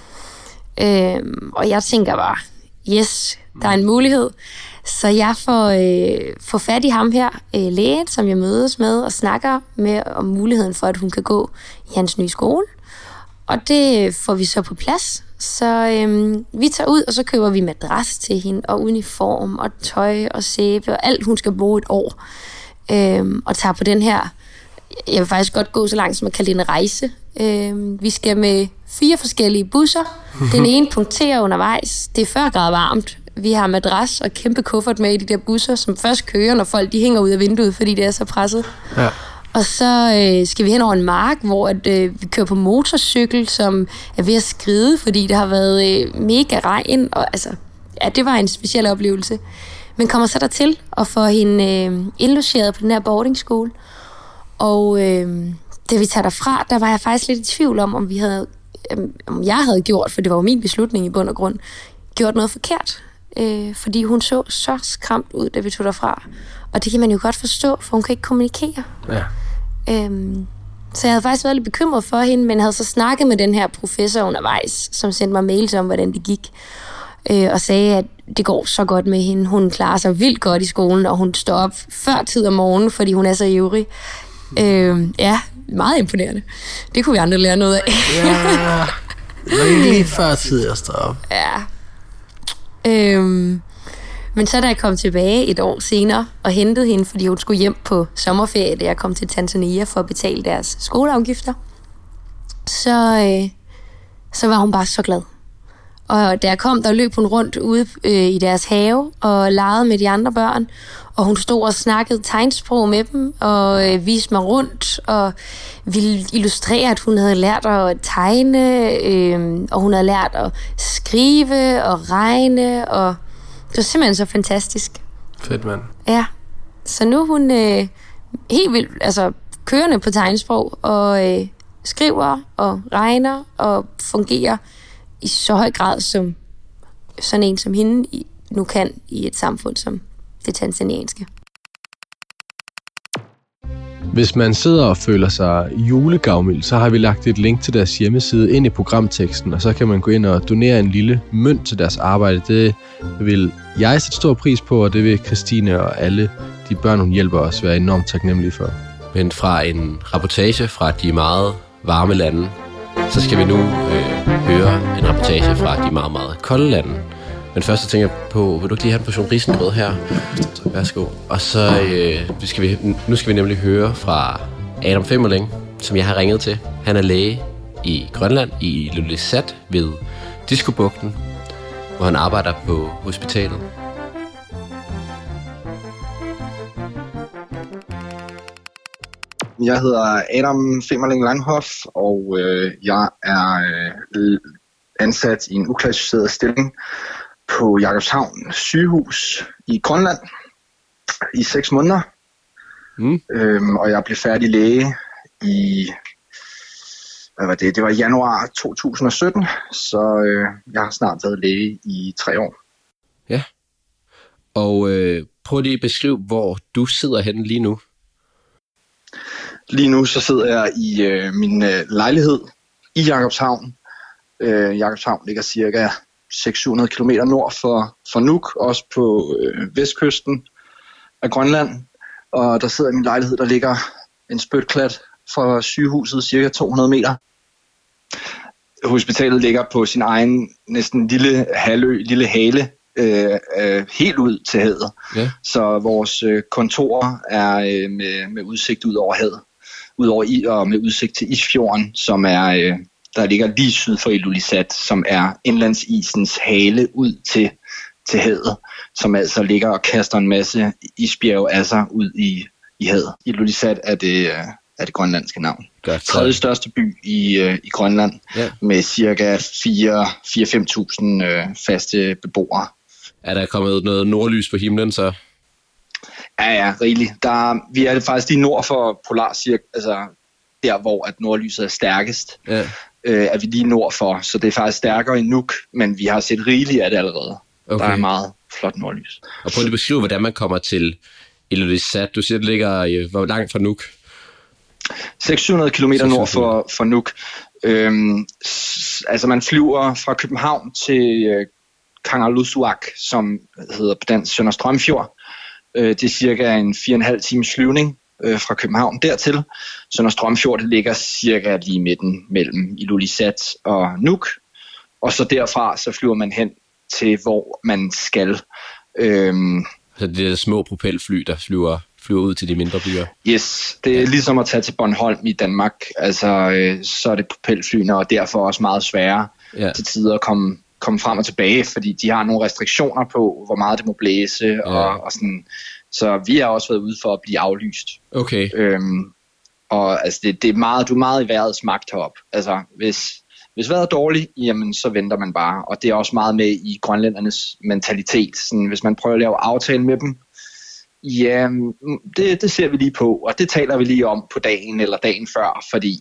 Og jeg tænker bare, yes, der er en mulighed. Så jeg får fat i ham her, lægen, som jeg mødes med og snakker med om muligheden for, at hun kan gå i hans nye skole. Og det får vi så på plads. Så vi tager ud, og så køber vi madras til hende, og uniform, og tøj, og sæbe, og alt, hun skal bruge et år. Og tager på den her, jeg vil faktisk godt gå så langt, som at kalde det en rejse. Vi skal med 4 forskellige busser. Den ene punkterer undervejs. Det er 40 grader varmt. Vi har madras og kæmpe kuffert med i de der busser, som først kører, når folk de hænger ud af vinduet, fordi det er så presset. Ja. Og så skal vi hen over en mark, hvor vi kører på motorcykel, som er ved at skride, fordi der har været mega regn. Og det var en speciel oplevelse. Men kommer så dertil og får hende indlogeret på den her boarding school. Og da vi tager derfra, der var jeg faktisk lidt i tvivl om, om jeg havde gjort, for det var jo min beslutning i bund og grund, gjort noget forkert. Fordi hun så skræmt ud, da vi tog derfra. Og det kan man jo godt forstå, for hun kan ikke kommunikere. Ja. Så jeg havde faktisk været lidt bekymret for hende, men havde så snakket med den her professor undervejs, som sendte mig mails om, hvordan det gik. Og sagde, at det går så godt med hende. Hun klarer sig vildt godt i skolen, og hun står op før tid om morgenen, fordi hun er så ivrig. Ja, meget imponerende. Det kunne vi andre lære noget af. Ja, lige før tid at stå op. Ja. Men så da jeg kom tilbage et år senere og hentede hende, fordi hun skulle hjem på sommerferie, da jeg kom til Tanzania for at betale deres skoleafgifter, så var hun bare så glad. Og da jeg kom, der løb hun rundt ude i deres have og legede med de andre børn, og hun stod og snakkede tegnsprog med dem og viste mig rundt og ville illustrere, at hun havde lært at tegne, og hun havde lært at skrive og regne, og det var simpelthen så fantastisk. Fedt, mand. Ja, så nu er hun helt vildt kørende på tegnsprog og skriver og regner og fungerer i så høj grad, som sådan en som hende nu kan i et samfund som det tanzanianske. Hvis man sidder og føler sig julegavmild, så har vi lagt et link til deres hjemmeside ind i programteksten, og så kan man gå ind og donere en lille mønt til deres arbejde. Det vil jeg sætte stor pris på, og det vil Christine og alle de børn, hun hjælper os, være enormt taknemmelige for. Men fra en rapportage fra de meget varme lande, så skal vi nu høre en rapportage fra de meget, meget kolde lande. Men først så tænker jeg på, vil du ikke lige have en portion risengrød her? Værsgo. Og så nu skal vi nemlig høre fra Adam Femmerling, som jeg har ringet til. Han er læge i Grønland, i Ilulissat ved Diskobugten, hvor han arbejder på hospitalet. Jeg hedder Adam Femmerling Langhoff, og jeg er ansat i en uklassificeret stilling på Jakobshavn sygehus i Grønland i 6 måneder. Og jeg blev færdig læge i, det var i januar 2017, så jeg har snart været læge i 3 år. Ja, og prøv lige at beskrive, hvor du sidder henne lige nu. Lige nu så sidder jeg i min lejlighed i Jakobshavn. Jakobshavn ligger cirka 600 km nord for Nuuk, også på vestkysten af Grønland. Og der sidder i min lejlighed, der ligger en spytklat fra sygehuset, cirka 200 meter. Hospitalet ligger på sin egen næsten lille halvø, lille hale helt ud til havet. Ja. Så vores kontor er med udsigt ud over havet. Udover og med udsigt til Isfjorden, som er der ligger lige syd for Ilulissat, som er indlandsisens hale ud til havet, som altså ligger og kaster en masse isbjerge af sig ud i havet. Ilulissat er det grønlandske navn. Tredje største by i Grønland, med cirka 4-5.000 faste beboere. Er der kommet noget nordlys på himlen så? Ja, rigeligt. Vi er faktisk lige nord for polarcirklen, altså der, hvor at nordlyset er stærkest, er vi lige nord for. Så det er faktisk stærkere end Nuuk, men vi har set rigeligt af det allerede. Okay. Der er meget flot nordlys. Og prøv at beskrive, hvordan man kommer til Ilulissat. Du siger, det ligger hvor langt fra Nuuk? 600 kilometer nord for Nuuk. Altså man flyver fra København til Kangerlussuaq, som hedder på dansk Sønder Strømfjord. Det er cirka en 4,5 times flyvning fra København dertil. Sønder Strømfjord ligger cirka lige midten mellem Ilulissat og Nuuk. Og så derfra så flyver man hen til, hvor man skal. Så det er små propelfly, der flyver ud til de mindre byer? Yes, det er ligesom at tage til Bornholm i Danmark. Altså, så er det propelflyene, og derfor også meget sværere til tider at komme frem og tilbage, fordi de har nogle restriktioner på, hvor meget det må blæse, og sådan. Så vi har også været ude for at blive aflyst. Okay. Og altså, det er meget, du er meget i vejrets magt heroppe. Altså, hvis vejret er dårligt, jamen så venter man bare. Og det er også meget med i grønlændernes mentalitet. Sådan, hvis man prøver at lave aftale med dem, ja, det ser vi lige på, og det taler vi lige om på dagen eller dagen før, fordi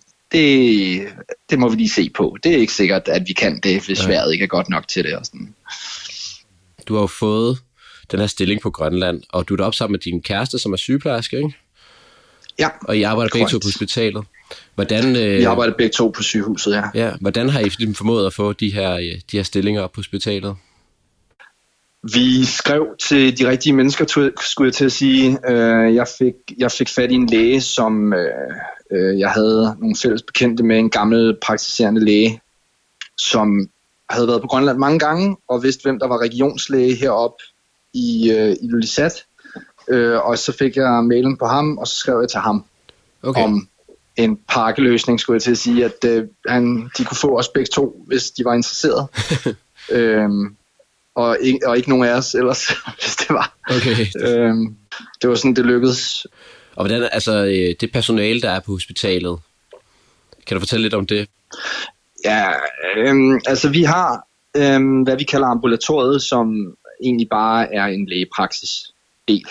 det må vi lige se på. Det er ikke sikkert, at vi kan det, hvis vejret ikke er godt nok til det. Og sådan. Du har jo fået den her stilling på Grønland, og du er deroppe sammen med din kæreste, som er sygeplejerske, ikke? Ja. Og I arbejder begge to på hospitalet. Hvordan, vi arbejder begge to på sygehuset, ja. Ja. Hvordan har I formået at få de her stillinger op på hospitalet? Vi skrev til de rigtige mennesker, skulle jeg til at sige. Jeg fik fat i en læge, som jeg havde nogle fælles bekendte med, en gammel praktiserende læge, som havde været på Grønland mange gange, og vidste, hvem der var regionslæge heroppe i Ilulissat. Og så fik jeg mailen på ham, og så skrev jeg til ham om en pakkeløsning, skulle jeg til at sige, at de kunne få os begge to, hvis de var interesseret. Og ikke nogen af os ellers, hvis det var. Okay. Det var sådan, det lykkedes. Og hvordan, altså det personale, der er på hospitalet, kan du fortælle lidt om det? Ja, altså vi har, hvad vi kalder ambulatoriet, som egentlig bare er en lægepraksis-del.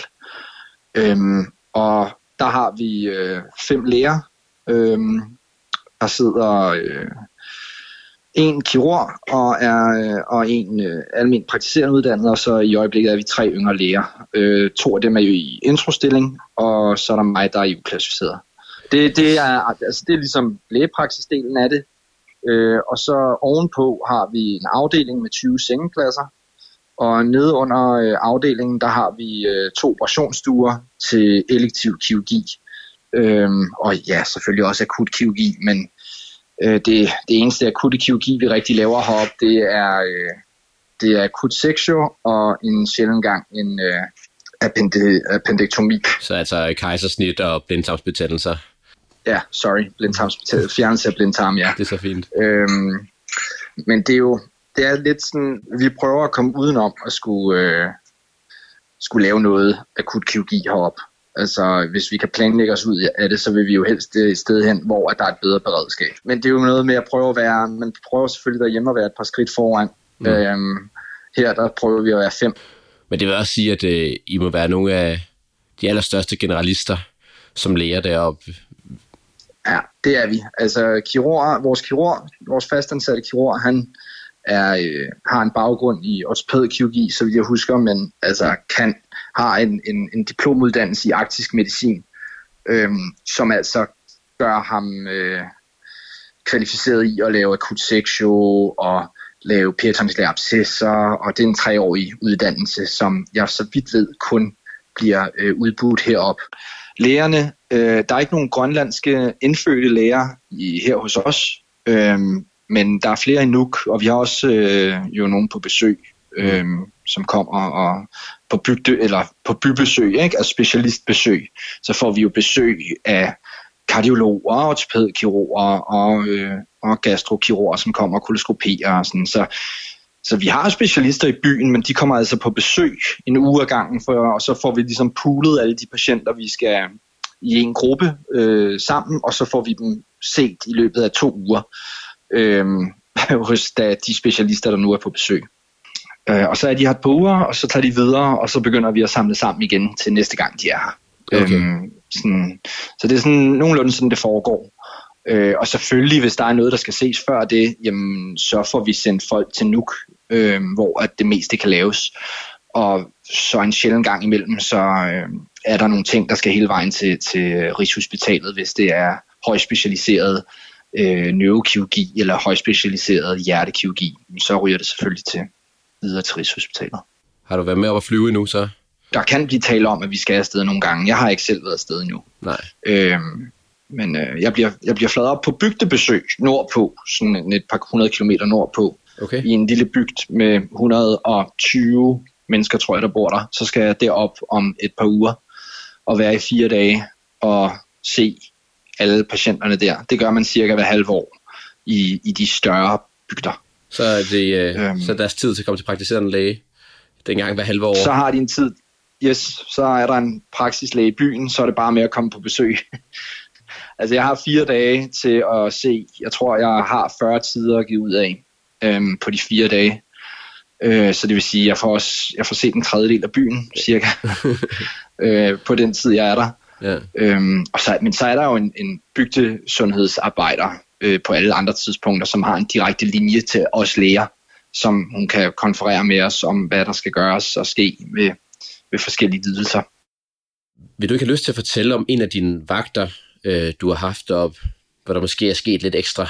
Og der har vi 5 læger. Der sidder en kirurg og en almen praktiserende uddannet, og så i øjeblikket er vi 3 yngre læger. 2 af dem er jo i introstilling, og så er der mig, der er EU-klassificeret. Det er ligesom lægepraksisdelen af det. Og så ovenpå har vi en afdeling med 20 sengepladser, og nede under afdelingen, der har vi 2 operationsstuer til elektiv kirurgi. Og ja, selvfølgelig også akut kirurgi, men det eneste akutte kirurgi, vi rigtig laver heroppe, det er akut sektio og en sjældent gang en appendektomi. Så altså kejsersnit og blindtarmsbetændelser? Ja, blindtarmsbetændelse, fjernelse af blindtarm, ja. Det er så fint. Men det er lidt sådan, vi prøver at komme udenom at skulle lave noget akut kirurgi heroppe. Altså, hvis vi kan planlægge os ud af det, så vil vi jo helst et sted hen, hvor der er et bedre beredskab. Men det er jo noget med at prøve at være, man prøver selvfølgelig derhjemme at være et par skridt foran. Her, der prøver vi at være 5. Men det vil også sige, at I må være nogle af de allerstørste generalister, som læger deroppe. Ja, det er vi. Altså, vores fastansatte kirurg, han har en baggrund i ortopædkirurgi, så vidt jeg husker, men altså har en diplomuddannelse i arktisk medicin, som altså gør ham kvalificeret i at lave akut sektio og lave peritonitære abscesser, og det er en 3-årig uddannelse, som jeg så vidt ved kun bliver udbudt heroppe. Lægerne, der er ikke nogen grønlandske indfødte læger her hos os, men der er flere i Nuuk, og vi har også jo nogen på besøg. som kommer og på bybesøg, ikke? Altså specialistbesøg. Så får vi jo besøg af kardiologer, ortopædkirurger og gastrokirurger, som kommer og koloskoperer og sådan. Så vi har specialister i byen, men de kommer altså på besøg en uge ad gangen, og så får vi ligesom poolet alle de patienter, vi skal i en gruppe sammen, og så får vi dem set i løbet af 2 uger hos de specialister, der nu er på besøg. Og så er de her et par uger, og så tager de videre, og så begynder vi at samle sammen igen til næste gang, de er her. Okay. Så det er sådan nogenlunde sådan, det foregår. Og selvfølgelig, hvis der er noget, der skal ses før det, jamen, så får vi sendt folk til Nuuk, hvor at det meste kan laves. Og så en sjælden gang imellem, så er der nogle ting, der skal hele vejen til Rigshospitalet, hvis det er højspecialiseret neurokirurgi eller højspecialiseret hjertekirurgi. Så ryger det selvfølgelig videre til Rigshospitalet. Har du været med op at flyve endnu så? Der kan blive tale om, at vi skal afsted nogle gange. Jeg har ikke selv været afsted endnu. Nej. Men jeg bliver fladet op på bygdebesøg nordpå, sådan et par 100 kilometer nordpå, okay. I en lille bygd med 120 mennesker, tror jeg, der bor der. Så skal jeg derop om et par uger og være i 4 dage og se alle patienterne der. Det gør man cirka hver halve år i de større bygder. Så er det så er deres tid til at komme til praktiserende læge dengang hver halve år? Så har de en tid. Yes, så er der en praksislæge i byen, så er det bare med at komme på besøg. Altså jeg har 4 dage til at se, jeg tror jeg har 40 tider at give ud af på de 4 dage. Så det vil sige, jeg får set en tredjedel af byen cirka på den tid jeg er der. Ja. Men så er der jo en bygdesundhedsarbejder på alle andre tidspunkter, som har en direkte linje til os læger, som hun kan konferere med os om, hvad der skal gøres og ske ved forskellige lidelser. Vil du ikke have lyst til at fortælle om en af dine vagter, du har haft deroppe, hvor der måske er sket lidt ekstra?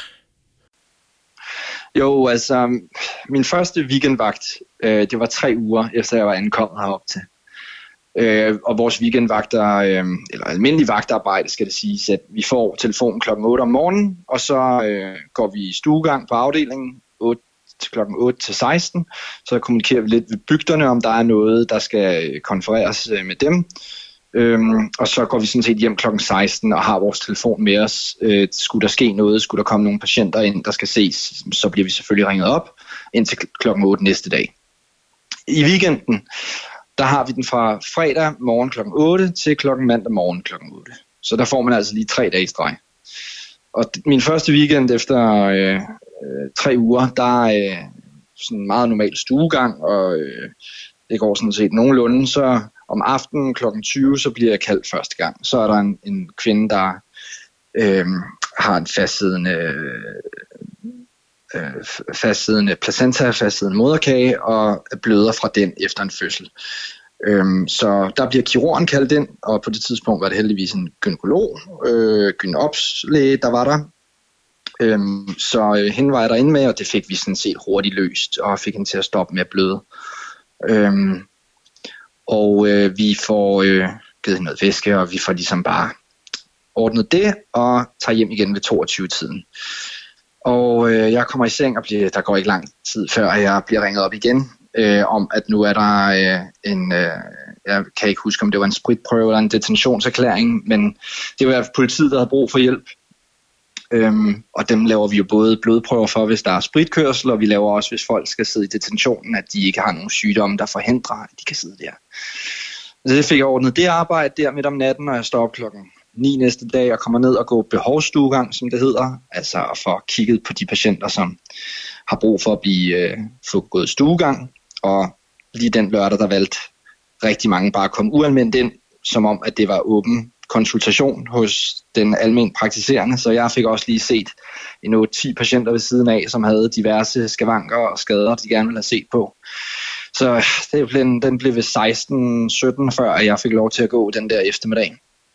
Jo, altså min første weekendvagt, det var 3 uger efter jeg var ankommet herop til. Og vores weekendvagter, eller almindelig vagtarbejde skal det siges, at vi får telefonen klokken 8 om morgenen, og så går vi i stuegang på afdelingen klokken 8 til 16, så kommunikerer vi lidt ved bygderne, om der er noget, der skal konfereres med dem. Og så går vi sådan set hjem klokken 16 og har vores telefon med os. Skulle der ske noget, skulle der komme nogle patienter ind, der skal ses, så bliver vi selvfølgelig ringet op indtil klokken 8 næste dag. I weekenden, der har vi den fra fredag morgen klokken 8 til klokken mandag morgen klokken 8. Så der får man altså lige 3 dage i streg. Og min første weekend efter 3 uger, der er sådan en meget normal stuegang, og det går sådan set nogenlunde. Så om aftenen klokken 20, så bliver jeg kaldt første gang. Så er der en kvinde, der har en fastsiddende placenta, fastsiddende moderkage, og bløder fra den efter en fødsel. Så der bliver kirurgen kaldt ind, og på det tidspunkt var det heldigvis en gynekolog, gynopslæge, der var der. Så hende var jeg derinde med, og det fik vi sådan set hurtigt løst, og fik hende til at stoppe med at bløde. Vi får givet hende noget væske, og vi får ligesom bare ordnet det, og tager hjem igen ved 22-tiden. Og jeg kommer i seng, og der går ikke lang tid, før jeg bliver ringet op igen, om at nu er der jeg kan ikke huske, om det var en spritprøve eller en detentionserklæring, men det var politiet, der havde brug for hjælp. Og dem laver vi jo både blodprøver for, hvis der er spritkørsel, og vi laver også, hvis folk skal sidde i detentionen, at de ikke har nogen sygdomme, der forhindrer, at de kan sidde der. Så det fik jeg ordnet det arbejde der midt om natten, og jeg står op klokken 9 næste dag og kommer ned og går behovsstuegang, som det hedder. Altså at få kigget på de patienter, som har brug for at få gået stuegang. Og lige den lørdag, der valgte rigtig mange bare at komme uanmeldt ind, som om, at det var åben konsultation hos den almen praktiserende, så jeg fik også lige set en 8-10 patienter ved siden af, som havde diverse skavanker og skader, de gerne ville have set på. Så den blev ved 16-17, før jeg fik lov til at gå den der eftermiddag.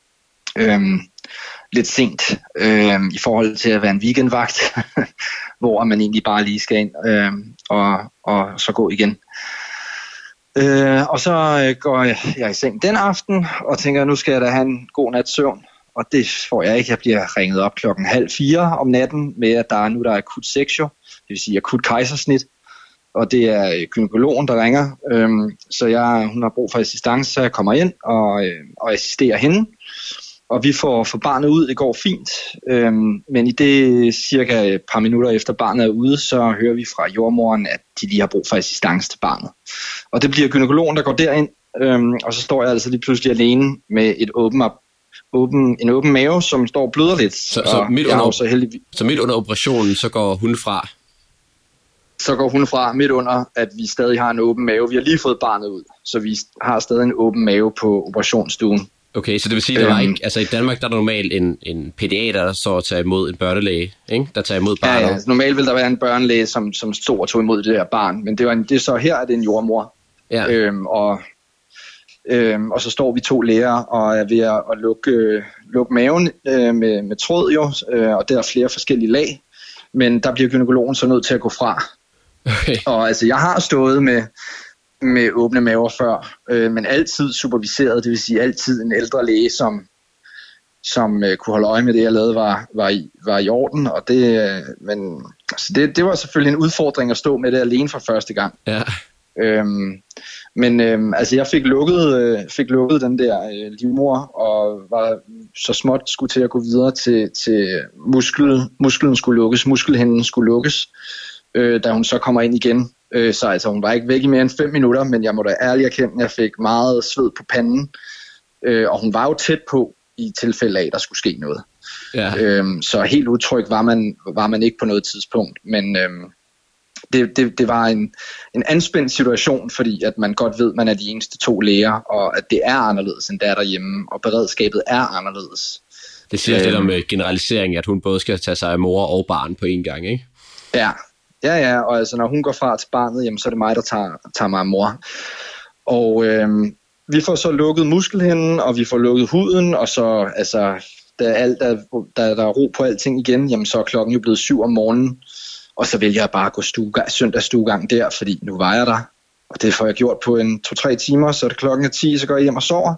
Lidt sent i forhold til at være en weekendvagt, hvor man egentlig bare lige skal ind og så gå igen. Og så går jeg i seng den aften og tænker, nu skal jeg da have en god nats søvn. Og det får jeg ikke. Jeg bliver ringet op klokken 3:30 om natten med, at der er akut sektio, det vil sige akut kejsersnit. og det er gynækologen, der ringer. Så hun har brug for assistance, så jeg kommer ind og assisterer hende. Og vi får barnet ud, det går fint. Men i det cirka et par minutter efter barnet er ude, så hører vi fra jordmoren, at de lige har brug for assistance til barnet. Og det bliver gynækologen, der går derind, og så står jeg altså lige pludselig alene med en åben mave, som står og bløder lidt. Så midt under operationen, så går hun fra? Så går hun fra midt under, at vi stadig har en åben mave. Vi har lige fået barnet ud, så vi har stadig en åben mave på operationsstuen. Okay, så det vil sige, at der var ikke, altså i Danmark der er der normalt en pædiater, der så tager imod en børnelæge, ikke? Der tager imod barnet. Ja, normalt vil der være en børnelæge, som stod og tog imod det der barn, men det er så her, at det er en jordmor. Ja. Og så står vi 2 læger og er ved at lukke maven med tråd jo, og der er flere forskellige lag, men der bliver gynækologen så nødt til at gå fra. Okay. Og altså, jeg har stået med åbne maver før, men altid superviseret, det vil sige altid en ældre læge, som kunne holde øje med det, jeg lavede, var i orden, og det var selvfølgelig en udfordring at stå med det alene for første gang. Ja. Men altså jeg fik lukket den der livmor, og var så småt skulle til at gå videre til musklen skulle lukkes, muskelhinden skulle lukkes, da hun så kommer ind igen. Så altså hun var ikke væk i mere end 5 minutter, men jeg må da ærligt erkende, at jeg fik meget sved på panden, og hun var jo tæt på i tilfælde af, at der skulle ske noget. Ja. Så helt utryg var man ikke på noget tidspunkt, men det var en anspændt situation, fordi at man godt ved, at man er de eneste 2 læger, og at det er anderledes end der derhjemme, og beredskabet er anderledes. Det siger lidt om generalisering, at hun både skal tage sig af mor og barn på en gang, ikke? Ja, og altså når hun går fra til barnet, jamen, så er det mig, der tager mig af mor. Og vi får så lukket muskelhinden, og vi får lukket huden, og så altså, da der er ro på alting igen, jamen, så er klokken jo blevet 7 om morgenen. Og så vælger jeg bare at gå søndagsstuegang der, fordi nu var jeg der. Og det får jeg gjort på 2-3 timer, så er det klokken 10, så går jeg hjem og sover.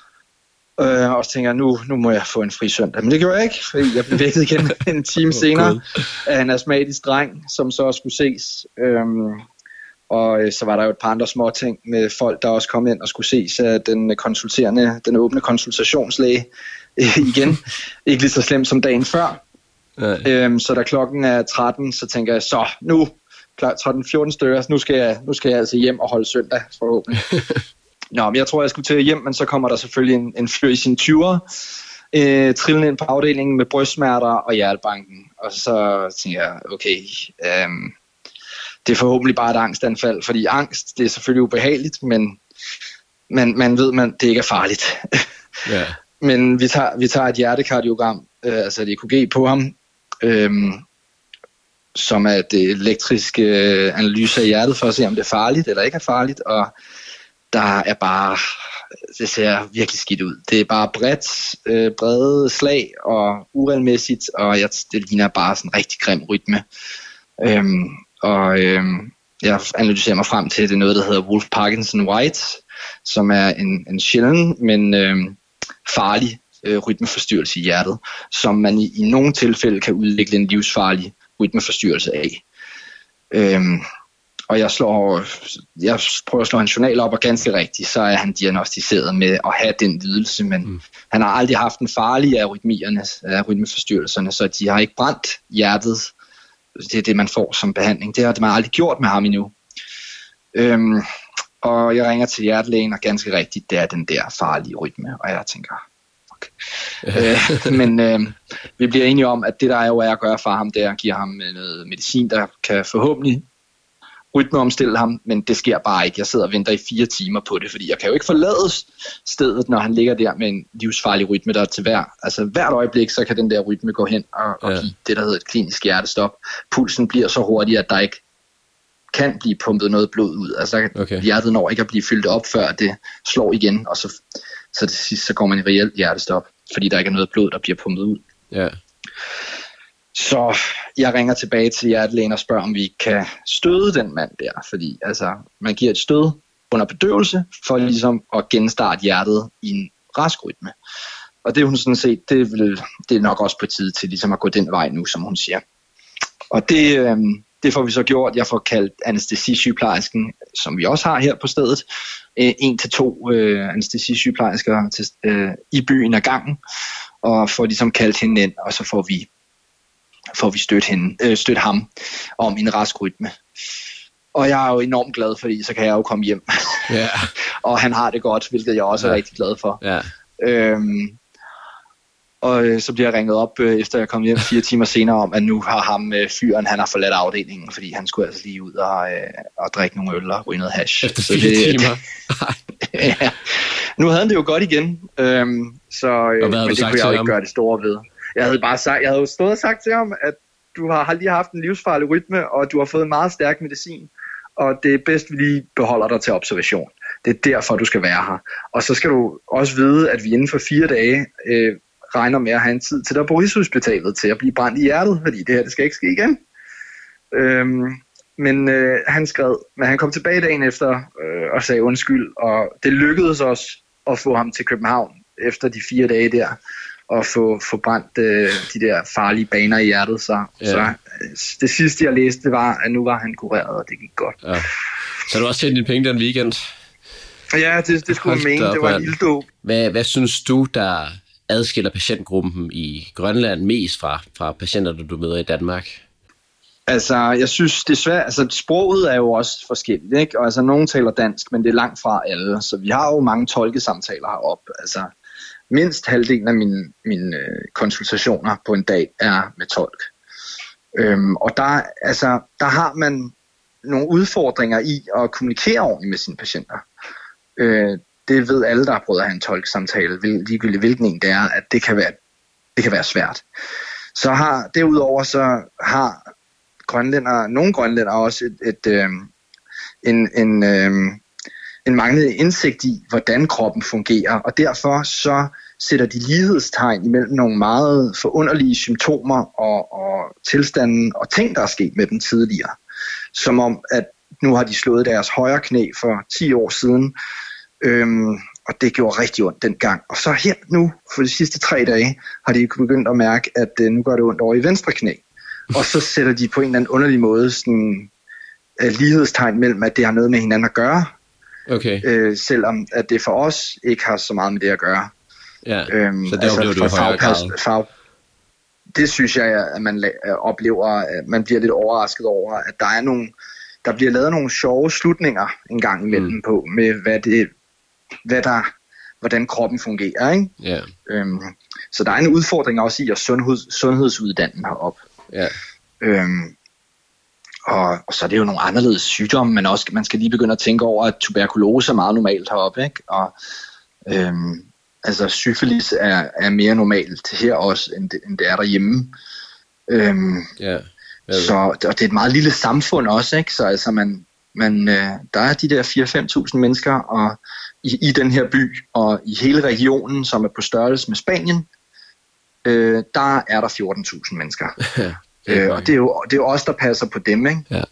Og så tænker jeg, nu må jeg få en fri søndag. Men det gjorde jeg ikke, fordi jeg blev vækket igen en time senere af en astmatisk dreng, som så skulle ses. Og så var der jo et par andre små ting med folk, der også kom ind og skulle ses af den åbne konsultationslæge igen. Ikke lige så slemt som dagen før. Så da klokken er 13, så tænker jeg, så nu 13-14 stykker, nu skal jeg altså hjem og holde søndag forhåbentlig. Nå, men jeg tror, jeg skulle til hjem, men så kommer der selvfølgelig en fyr i sine 20'ere, trillende ind på afdelingen med brystsmerter og hjertebanken. Og så tænker jeg, okay, det er forhåbentlig bare et angstanfald, fordi angst, det er selvfølgelig ubehageligt, men man ved, det ikke er farligt. Yeah. Men vi tager et hjertekardiogram, altså et EKG på ham, som er det elektriske analyse af hjertet, for at se, om det er farligt eller ikke er farligt, og der er bare, det ser virkelig skidt ud. Det er bare brede slag og uregelmæssigt, og det ligner bare sådan en rigtig grim rytme. Jeg analyserer mig frem til, det er noget, der hedder Wolff-Parkinson-White, som er en sjælden, men farlig rytmeforstyrrelse i hjertet, som man i nogle tilfælde kan udvikle en livsfarlig rytmeforstyrrelse af. Og jeg prøver at slå en journal op, og ganske rigtigt, så er han diagnostiseret med at have den lidelse, men han har aldrig haft en farlig af rytmeforstyrrelserne, så de har ikke brændt hjertet. Det er det, man får som behandling. Det har man aldrig gjort med ham endnu. Og jeg ringer til hjertelægen, og ganske rigtigt, det er den der farlige rytme, og jeg tænker, okay. Men vi bliver enige om, at det der jo er at gøre for ham, det er at give ham noget medicin, der kan forhåbentlig rytmeomstille ham, men det sker bare ikke. Jeg sidder og venter i 4 timer på det, fordi jeg kan jo ikke forlade stedet, når han ligger der med en livsfarlig rytme, der er til hvert øjeblik, så kan den der rytme gå hen og give det, der hedder et klinisk hjertestop. Pulsen bliver så hurtig, at der ikke kan blive pumpet noget blod ud. Altså hjertet når ikke at blive fyldt op, før det slår igen, og så til sidst så går man i reelt hjertestop, fordi der ikke er noget blod, der bliver pumpet ud. Ja. Så jeg ringer tilbage til hjertelægen og spørger, om vi kan støde den mand der, fordi altså, man giver et stød under bedøvelse, for ligesom at genstarte hjertet i en rask rytme. Og det er hun sådan set, det er nok også på tide til ligesom at gå den vej nu, som hun siger. Og det Det får vi så gjort. Jeg får kaldt anæstesisygeplejersken, som vi også har her på stedet, 1 til 2 anæstesisygeplejersker i byen ad gangen, og får ligesom kaldt hende ind, og så får vi stødt ham om en rask rytme. Og jeg er jo enormt glad, fordi så kan jeg jo komme hjem. Yeah. Og han har det godt, hvilket jeg også er rigtig glad for. Yeah. Og så bliver jeg ringet op, efter jeg kom hjem 4 timer senere, om at nu har fyren, han har forladt afdelingen, fordi han skulle altså lige ud og drikke nogle øl og ryge noget hash. Efter 4 timer? Ja. Nu havde han det jo godt igen, men det kunne jeg jo ikke gøre det store ved. Jeg havde jo stået og sagt til ham, at du har lige haft en livsfarlig rytme, og du har fået en meget stærk medicin, og det er bedst, vi lige beholder dig til observation. Det er derfor, du skal være her. Og så skal du også vide, at vi inden for 4 dage regner med at have en tid til dig på Rigshospitalet til at blive brændt i hjertet, fordi det her, det skal ikke ske igen. Men han skrev, men han kom tilbage dagen efter og sagde undskyld, og det lykkedes os at få ham til København efter de 4 dage der, og få brændt de der farlige baner i hjertet. Så det sidste, jeg læste, det var, at nu var han kureret, og det gik godt. Ja. Så du også tjent dine penge den weekend? Ja, det skulle jeg mene. Det var en ilddåb. Hvad synes du, der adskiller patientgruppen i Grønland mest fra patienterne, du møder i Danmark? Altså, jeg synes, det er svært. Altså, sproget er jo også forskelligt, ikke? Og altså, nogen taler dansk, men det er langt fra alle. Så vi har jo mange tolkesamtaler heroppe. Altså, mindst halvdelen af mine konsultationer på en dag er med tolk. Og der har man nogle udfordringer i at kommunikere ordentligt med sine patienter. Det ved alle, der har prøvet at have en tolksamtale, ligegyldigt hvilken en det er, at det kan være svært. Derudover så har nogle grønlændere også en manglende indsigt i, hvordan kroppen fungerer, og derfor så sætter de lighedstegn imellem nogle meget forunderlige symptomer og tilstanden og ting, der er sket med dem tidligere. Som om, at nu har de slået deres højre knæ for 10 år siden, og det gjorde rigtig ondt dengang. Og så her nu, for de sidste 3 dage, har de begyndt at mærke, at nu gør det ondt over i venstre knæ. Og så sætter de på en eller anden underlig måde sådan lighedstegn mellem, at det har noget med hinanden at gøre. Okay. Selvom at det for os ikke har så meget med det at gøre. Ja, så det oplever du i højere grad. Det synes jeg, at man oplever, at man bliver lidt overrasket over, at der bliver lavet nogle sjove slutninger en gang imellem på, med hvordan kroppen fungerer, ikke? Yeah. Så der er en udfordring også i at sundhedsuddanne herop. Yeah. Og så er det jo nogle anderledes sygdomme, men også man skal lige begynde at tænke over, at tuberkulose er meget normalt heroppe, ikke? Og altså syfilis er mere normalt her også, end det er derhjemme. Så og det er et meget lille samfund også, ikke? Så altså der er de der 4-5.000 mennesker og i den her by, og i hele regionen, som er på størrelse med Spanien, der er der 14.000 mennesker. Og det er jo os, der passer på dem, ikke? Ja.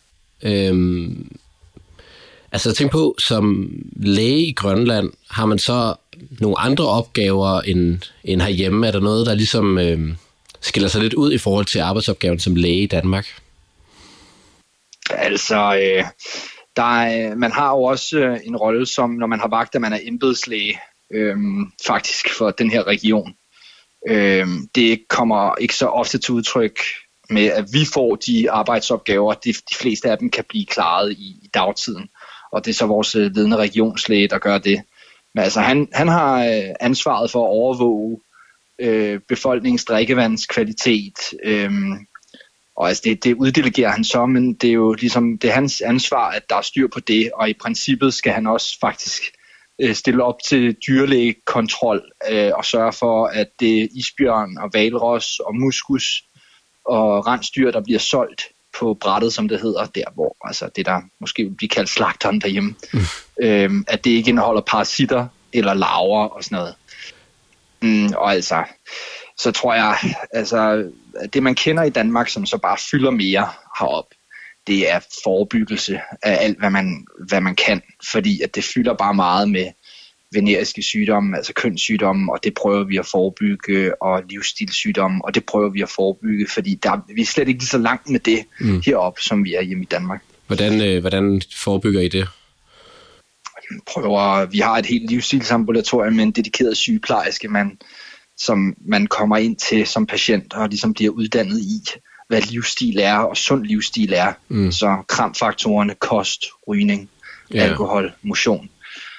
Altså tænk på, som læge i Grønland, har man så nogle andre opgaver end herhjemme? Er der noget, der ligesom skiller sig lidt ud i forhold til arbejdsopgaven som læge i Danmark? Altså, man har jo også en rolle som, når man har vagt, at man er embedslæge, faktisk for den her region. Det kommer ikke så ofte til udtryk med, at vi får de arbejdsopgaver. De fleste af dem kan blive klaret i dagtiden, og det er så vores ledende regionslæge, der gør det. Men altså, han har ansvaret for at overvåge befolkningens drikkevandskvalitet, og altså det uddelegerer han så, men det er jo ligesom, det er hans ansvar, at der er styr på det, og i princippet skal han også faktisk stille op til dyrlægekontrol og sørge for, at det isbjørn og hvalros og muskus og rensdyr, der bliver solgt på brættet, som det hedder, der hvor altså det der måske vil blive kaldt slagteren derhjemme, at det ikke indeholder parasitter eller larver og sådan noget. Og altså, så tror jeg, altså det man kender i Danmark, som så bare fylder mere herop, det er forebyggelse af alt, hvad man kan, fordi at det fylder bare meget veneriske sygdomme, altså kønssygdomme, og det prøver vi at forebygge, og livsstilssygdomme, og det prøver vi at forebygge, fordi vi er slet ikke lige så langt med det heroppe, som vi er hjemme i Danmark. Hvordan forebygger I det? Vi har et helt livsstilsambulatorium med en dedikeret sygeplejerske, som man kommer ind til som patient, og ligesom bliver uddannet i, hvad livsstil er, og sund livsstil er. Så kramfaktorerne, kost, rygning, alkohol, motion.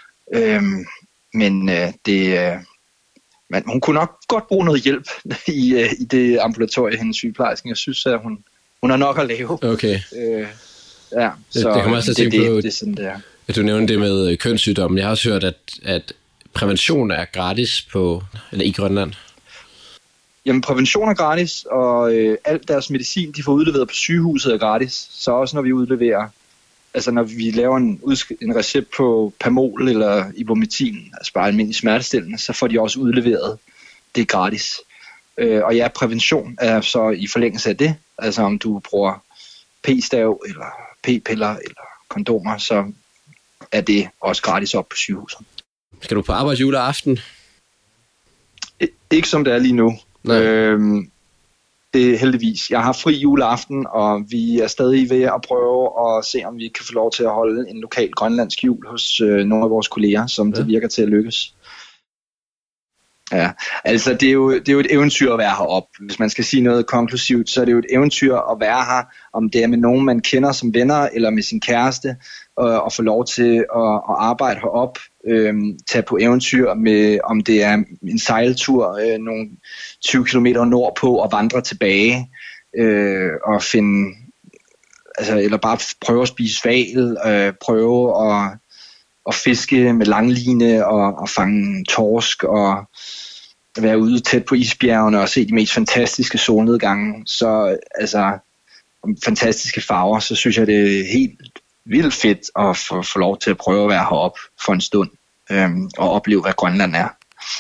Men hun kunne nok godt bruge noget hjælp i det ambulatorie, hendes sygeplejersken. Jeg synes, at hun har nok at lave. Okay. Så det kommer også til at tænke på, det er sådan, det er. At du nævnte det med kønssygdommen. Jeg har også hørt, at prævention er gratis i Grønland. Jamen, prævention er gratis, og alt deres medicin, de får udleveret på sygehuset, er gratis. Så også når vi udleverer, altså når vi laver en recept på Pamol eller Ibuprofen, altså bare almindelig smertestillende, så får de også udleveret. Det er gratis. Og ja, prævention er så i forlængelse af det. Altså om du bruger p-stav eller p-piller eller kondomer, så er det også gratis op på sygehuset. Skal du på arbejde juleaften? Ikke som det er lige nu. Det er heldigvis. Jeg har fri juleaften, og vi er stadig ved at prøve at se, om vi kan få lov til at holde en lokal grønlandsk jul hos nogle af vores kolleger, som det virker til at lykkes. Ja, altså det er jo et eventyr at være heroppe. Hvis man skal sige noget konklusivt, så er det jo et eventyr at være her, om det er med nogen, man kender som venner, eller med sin kæreste, og få lov til at arbejde heroppe, tage på eventyr med, om det er en sejltur, nogle 20 kilometer nordpå og vandre tilbage, og finde, altså, eller bare prøve at spise hval, prøve at fiske med langline og fange torsk og være ude tæt på isbjergene og se de mest fantastiske solnedgange. Så altså fantastiske farver, så synes jeg, det er helt vildt fedt at få lov til at prøve at være heroppe for en stund og opleve, hvad Grønland er.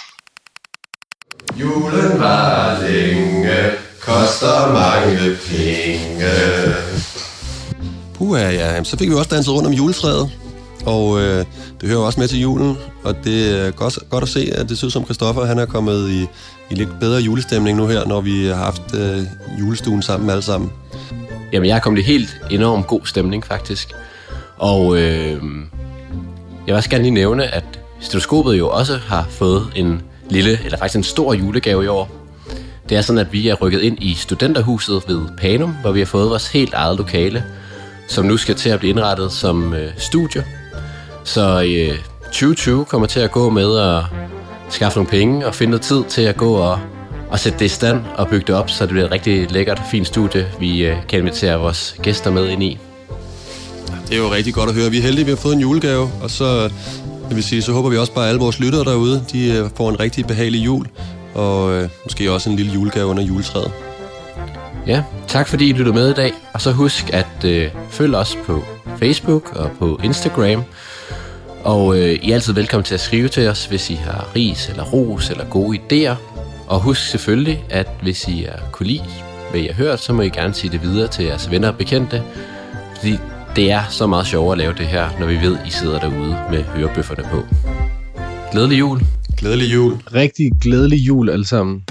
Julen var længe, koster mange penge. Ja. Så fik vi også danset rundt om juletræet. Og det hører også med til julen, og det er godt at se, at det ser ud som Christoffer, han er kommet i lidt bedre julestemning nu her, når vi har haft julestuen sammen alle sammen. Jamen, jeg er kommet i helt enormt god stemning, faktisk. Og jeg vil også gerne lige nævne, at Stetoskopet jo også har fået en lille, eller faktisk en stor julegave i år. Det er sådan, at vi er rykket ind i studenterhuset ved Panum, hvor vi har fået vores helt eget lokale, som nu skal til at blive indrettet som studie. Så 2020 kommer til at gå med at skaffe nogle penge og finde noget tid til at gå og sætte det i stand og bygge det op, så det bliver et rigtig lækkert, fint studie, vi kan invitere vores gæster med ind i. Det er jo rigtig godt at høre. Vi er heldige, vi har fået en julegave, og så, så håber vi også bare, at alle vores lyttere derude, de får en rigtig behagelig jul, og måske også en lille julegave under juletræet. Ja, tak fordi I lyttede med i dag, og så husk at følge os på Facebook og på Instagram. Og I er altid velkommen til at skrive til os, hvis I har ris eller ros eller gode idéer. Og husk selvfølgelig, at hvis I kunne lide, hvad I har hørt, så må I gerne sige det videre til jeres venner og bekendte. Fordi det er så meget sjovere at lave det her, når vi ved, I sidder derude med hørebøfferne på. Glædelig jul. Glædelig jul. Rigtig glædelig jul alle sammen.